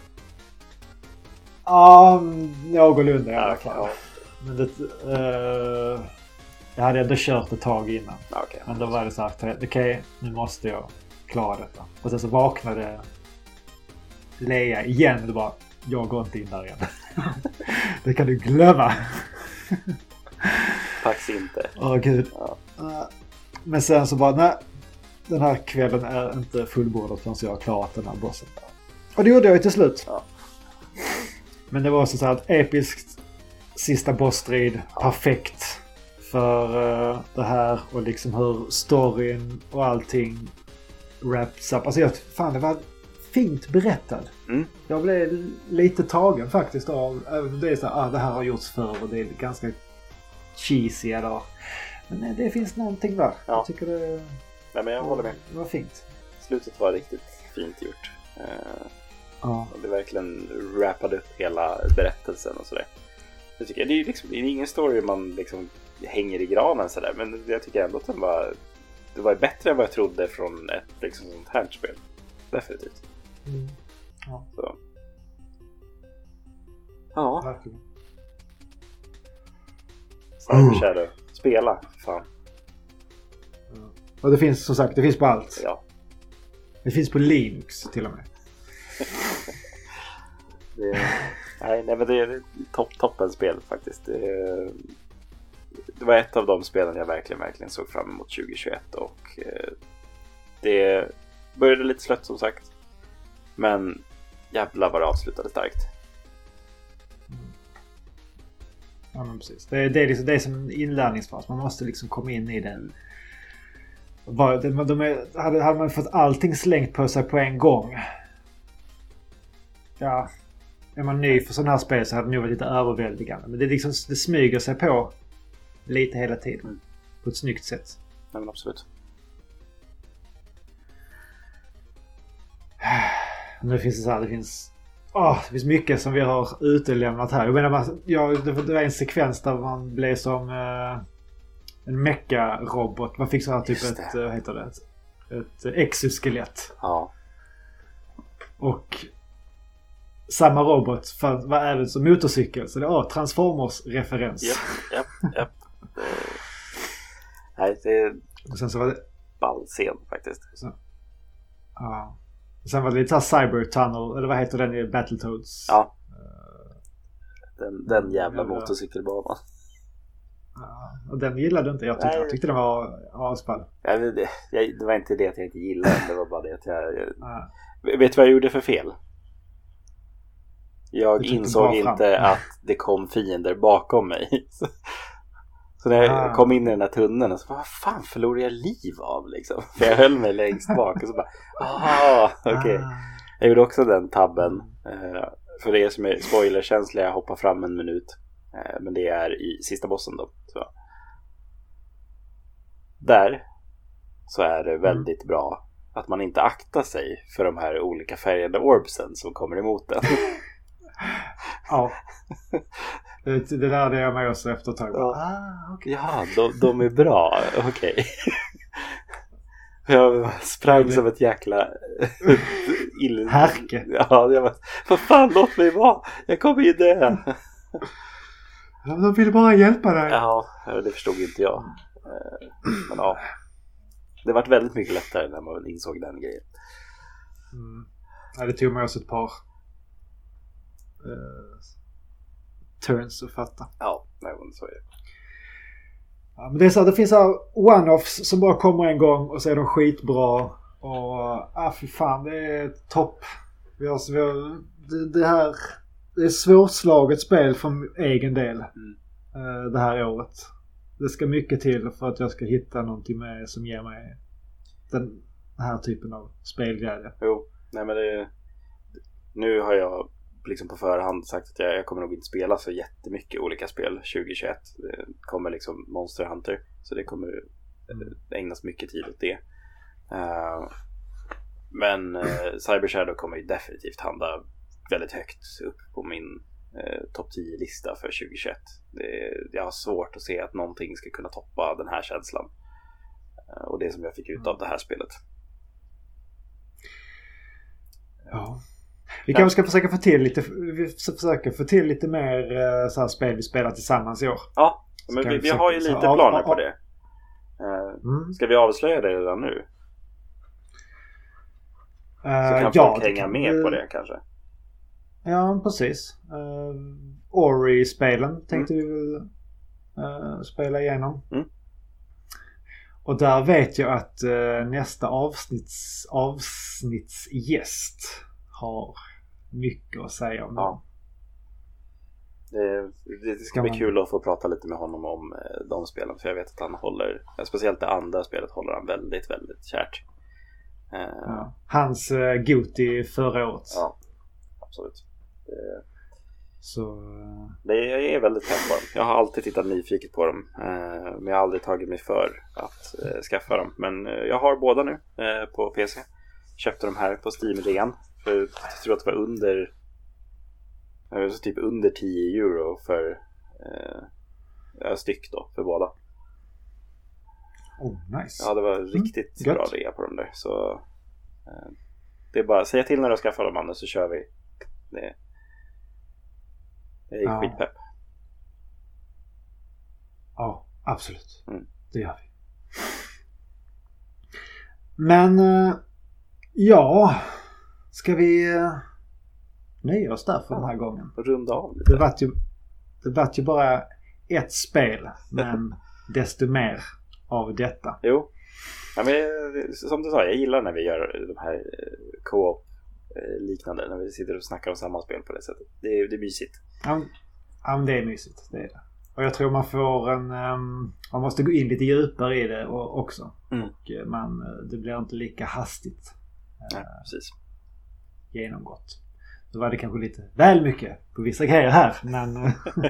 Ja, någorlunda i alla okay, fall. Ja. Men det, uh, jag hade ändå kört ett tag innan. Okay, men då var det så här, okej, okay, nu måste jag klara detta. Och sen så vaknade Leia igen och det bara, jag går inte in där igen. Det kan du glömma. Tack inte. Åh oh, gud. Ja. Uh, men sen så bara, nej, den här kvällen är inte fullbordad förrän jag har klarat den här bossen. Och det gjorde jag till slut. Ja. Men det var så här ett episkt sista bossstrid. Ja. Perfekt för uh, det här. Och liksom hur storyn och allting wraps up. Alltså jag, fan det var fint berättad. Mm. Jag blev lite tagen faktiskt av, även om det är så här, ah, det här har gjorts förr och det är ganska cheesy eller. Men nej, det finns någonting där. Ja. Jag tycker det, nej, men jag håller med. Det var fint. Slutet var riktigt fint gjort. Uh, ja. Det verkligen wrappade upp hela berättelsen och sådär. Jag tycker, det är liksom, det är ingen story man liksom hänger i granen sådär, men jag tycker ändå att den var, det var bättre än vad jag trodde från ett liksom sånt här spel. Definitivt. Mm. Ja. Så. Ja. Verkligen. Cyber Shadow. Spela, fan. Ja. Och det finns som sagt, det finns på allt. Ja. Det finns på Linux till och med. det, nej, nej, men det är topp, toppen spel faktiskt. Det, det var ett av de spelen jag verkligen, verkligen såg fram emot tjugohundratjugoett och det började lite slött som sagt. Men jävlar vad det avslutade starkt. Mm. Ja men precis. Det är, det är, liksom, det är som en inlärningsfas. Man måste liksom komma in i den. Bara, de, de är, hade, hade man fått allting slängt på sig på en gång. Ja. Är man ny för sådana här spel så hade det nog varit lite överväldigande. Men det, liksom, det smyger sig på lite hela tiden. Mm. På ett snyggt sätt. Ja men absolut. Nu finns det så här, det finns åh, det finns mycket som vi har utelämnat här. Jag menar, man, ja, det var en sekvens där man blev som eh, en mecha-robot. Man fick så här typ ett, vad heter det? Ett, ett exoskelett. Ja. Och samma robot för, var även som motorcykel. Så det var Transformers-referens. Japp, japp, japp. Nej, det är och sen så var det ball scen faktiskt. Så, ja. Sen var det lite såhär Cyber Tunnel, eller vad heter den i Battletoads? Ja. Den, den jävla ja, motorcykelbanan. Ja, och den gillade inte. Jag tyckte, jag tyckte den var avspall. Ja, det, det, det var inte det att jag inte gillade. Det var bara det att jag... jag ja. Vet du vad jag gjorde för fel? Jag insåg inte att det kom fiender bakom mig. Så när jag ah. kom in i den här tunneln och så vad fan förlorade jag liv av liksom? För jag höll mig längst bak och så bara, ah, okej. Okay. Ah. Jag gjorde också den tabben. Uh, för det som är spoilerkänsliga, jag hoppar fram en minut. Eh, men det är i sista bossen då. Så. Där så är det väldigt mm. bra att man inte aktar sig för de här olika färgade orbsen som kommer emot den. Ja. Det, det lärde jag mig också efter ett tag. Ja, ah, okay. ja de, de är bra. Okej. Okay. Jag sprang som ett jäkla ill... härke. Ja, jag bara, vad fan, låt mig vara. Jag kommer ju dö. De ville bara hjälpa dig. Ja, det förstod inte jag. Men ja, det var väldigt mycket lättare när man insåg den grejen. Mm. Ja, det tog mig också ett par uh, turns att fatta. Ja, nej, så är det. Ja, men det är så att det finns här one-offs som bara kommer en gång och så är de skitbra. Och ah, fy fan, det är topp. Vi har, vi har, det, det här det är svårslaget spel för egen del mm. uh, det här året. Det ska mycket till för att jag ska hitta någonting med som ger mig den här typen av spelglädje. Jo, nej men det, nu har jag liksom på förhand sagt att jag, jag kommer nog inte spela så jättemycket olika spel tjugohundratjugoett. Det kommer liksom Monster Hunter, så det kommer ägnas mycket tid åt det. Uh, men uh, Cyber Shadow kommer ju definitivt handla väldigt högt upp på min uh, topp tio-lista för tjugohundratjugoett. Det, jag har svårt att se att någonting ska kunna toppa den här känslan. Uh, och det som jag fick ut av det här spelet. Ja. Vi kanske ska försöka få till lite vi försöka få till lite mer så här spel vi spelar tillsammans i år. Ja, men vi, vi har ju lite så, planer ja, på det. Uh, mm. Ska vi avslöja det redan nu? Uh, så kan ja, folk hänga med uh, på det kanske. Ja, precis. Uh, Ori-spelen tänkte mm. vi väl uh, spela igenom. Mm. Och där vet jag att uh, nästa avsnitts avsnittsgäst har mycket att säga om ja. det. Det, det ska bli man... kul att få prata lite med honom om eh, de spelen, för jag vet att han håller, speciellt det andra spelet håller han väldigt, väldigt kärt. Eh, ja. Hans eh, Goti förra året. Ja, absolut. Det, Så... det, jag är väldigt pepp på dem. Jag har alltid tittat nyfiket på dem, eh, men jag har aldrig tagit mig för att eh, skaffa dem. Men eh, jag har båda nu eh, på P C. Köpte de här på Steam-rean. För jag tror att det var under så typ under tio euro för eh, styck då, för båda. Oh, nice. Ja, det var riktigt mm, bra rea på dem där. Så eh, det är bara, säga till när du skaffar dem, Anders, så kör vi. Det, det är ja. skitpepp. Ja, absolut. Mm. Det gör vi. Men eh, ja, ska vi uh, nöja oss där för ja, den här gången? Runda av lite. Det var ju, det var ju bara ett spel, men desto mer av detta. Jo, ja, men, som du sa, jag gillar när vi gör de här co-op liknande, när vi sitter och snackar om samma spel på det sättet. Det är, det är mysigt. Ja, ja, men det är mysigt, det är det. Och jag tror man får en um, man måste gå in lite djupare i det och, också. Mm. Och man, det blir inte lika hastigt. Ja, precis. Genomgått. Då var det kanske lite väl mycket på vissa grejer här, men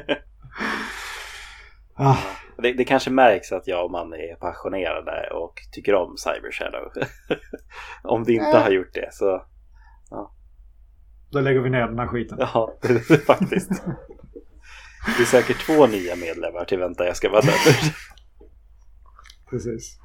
ah. det, det kanske märks att jag och man är passionerade och tycker om Cyber Shadow. Om det inte äh. har gjort det, så ja. Då lägger vi ner den här skiten. Ja, det, det, faktiskt. Det är säkert två nya medlemmar till Vänta, jag ska vara där. Precis.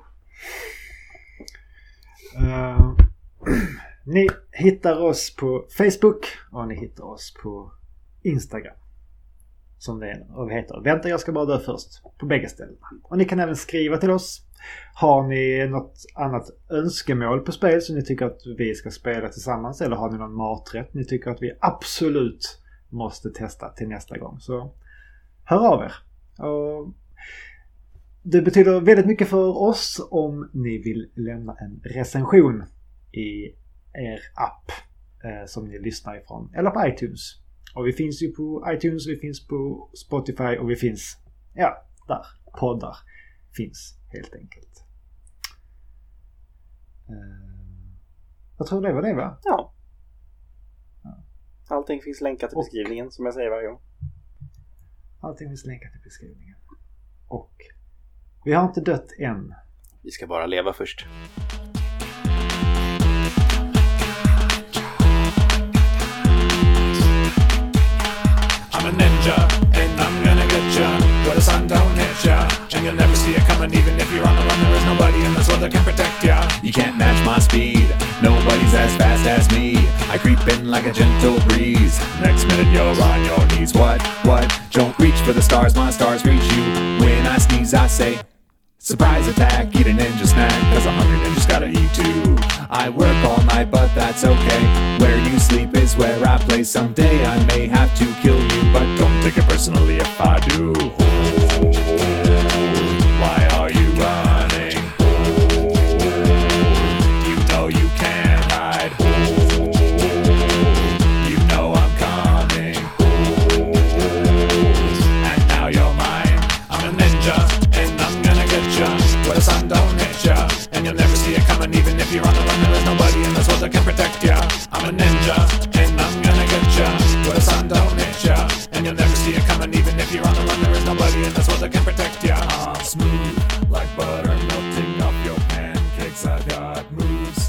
Uh, ni hittar oss på Facebook och ni hittar oss på Instagram. Som det är, och vi heter Vänta, jag ska bara dö först. På bägge ställena. Och ni kan även skriva till oss. Har ni något annat önskemål på spel som ni tycker att vi ska spela tillsammans? Eller har ni någon maträtt ni tycker att vi absolut måste testa till nästa gång? Så hör av er. Och det betyder väldigt mycket för oss om ni vill lämna en recension i er app eh, som ni lyssnar ifrån. Eller på iTunes. Och vi finns ju på iTunes, vi finns på Spotify och vi finns, ja, där poddar finns helt enkelt. Uh, jag tror det var det, va? Ja. ja. Allting finns länkat i beskrivningen, och, som jag säger varje gång. Allting finns länkat i beskrivningen. Och vi har inte dött än. Vi ska bara leva först. I'm a ninja, and I'm gonna get ya where the sun don't hit ya, and you'll never see it coming. Even if you're on the run, there is nobody in this world that can protect ya. You can't match my speed, nobody's as fast as me. I creep in like a gentle breeze. Next minute you're on your knees. What, what? Don't reach for the stars, my stars reach you. When I sneeze I say surprise attack, eat a ninja snack, cause a hungry ninja's gotta eat too. I work all night, but that's okay. Where you sleep is where I play. Someday I may have to kill you, but don't take it personally if I do. Why are you running? You know you can't hide. You know I'm coming. And now you're mine. I'm a ninja, and I'm gonna get ya where the sun don't hit ya, and you'll never see it coming. Even if you're on the run, there is nobody in this world that can protect ya. I'm a ninja, and I'm gonna get ya where the sun don't hit ya, and you'll never see it coming. Even if you're on the run, there is nobody in this world that can protect ya. I'm smooth like butter melting off your pancakes. I got moves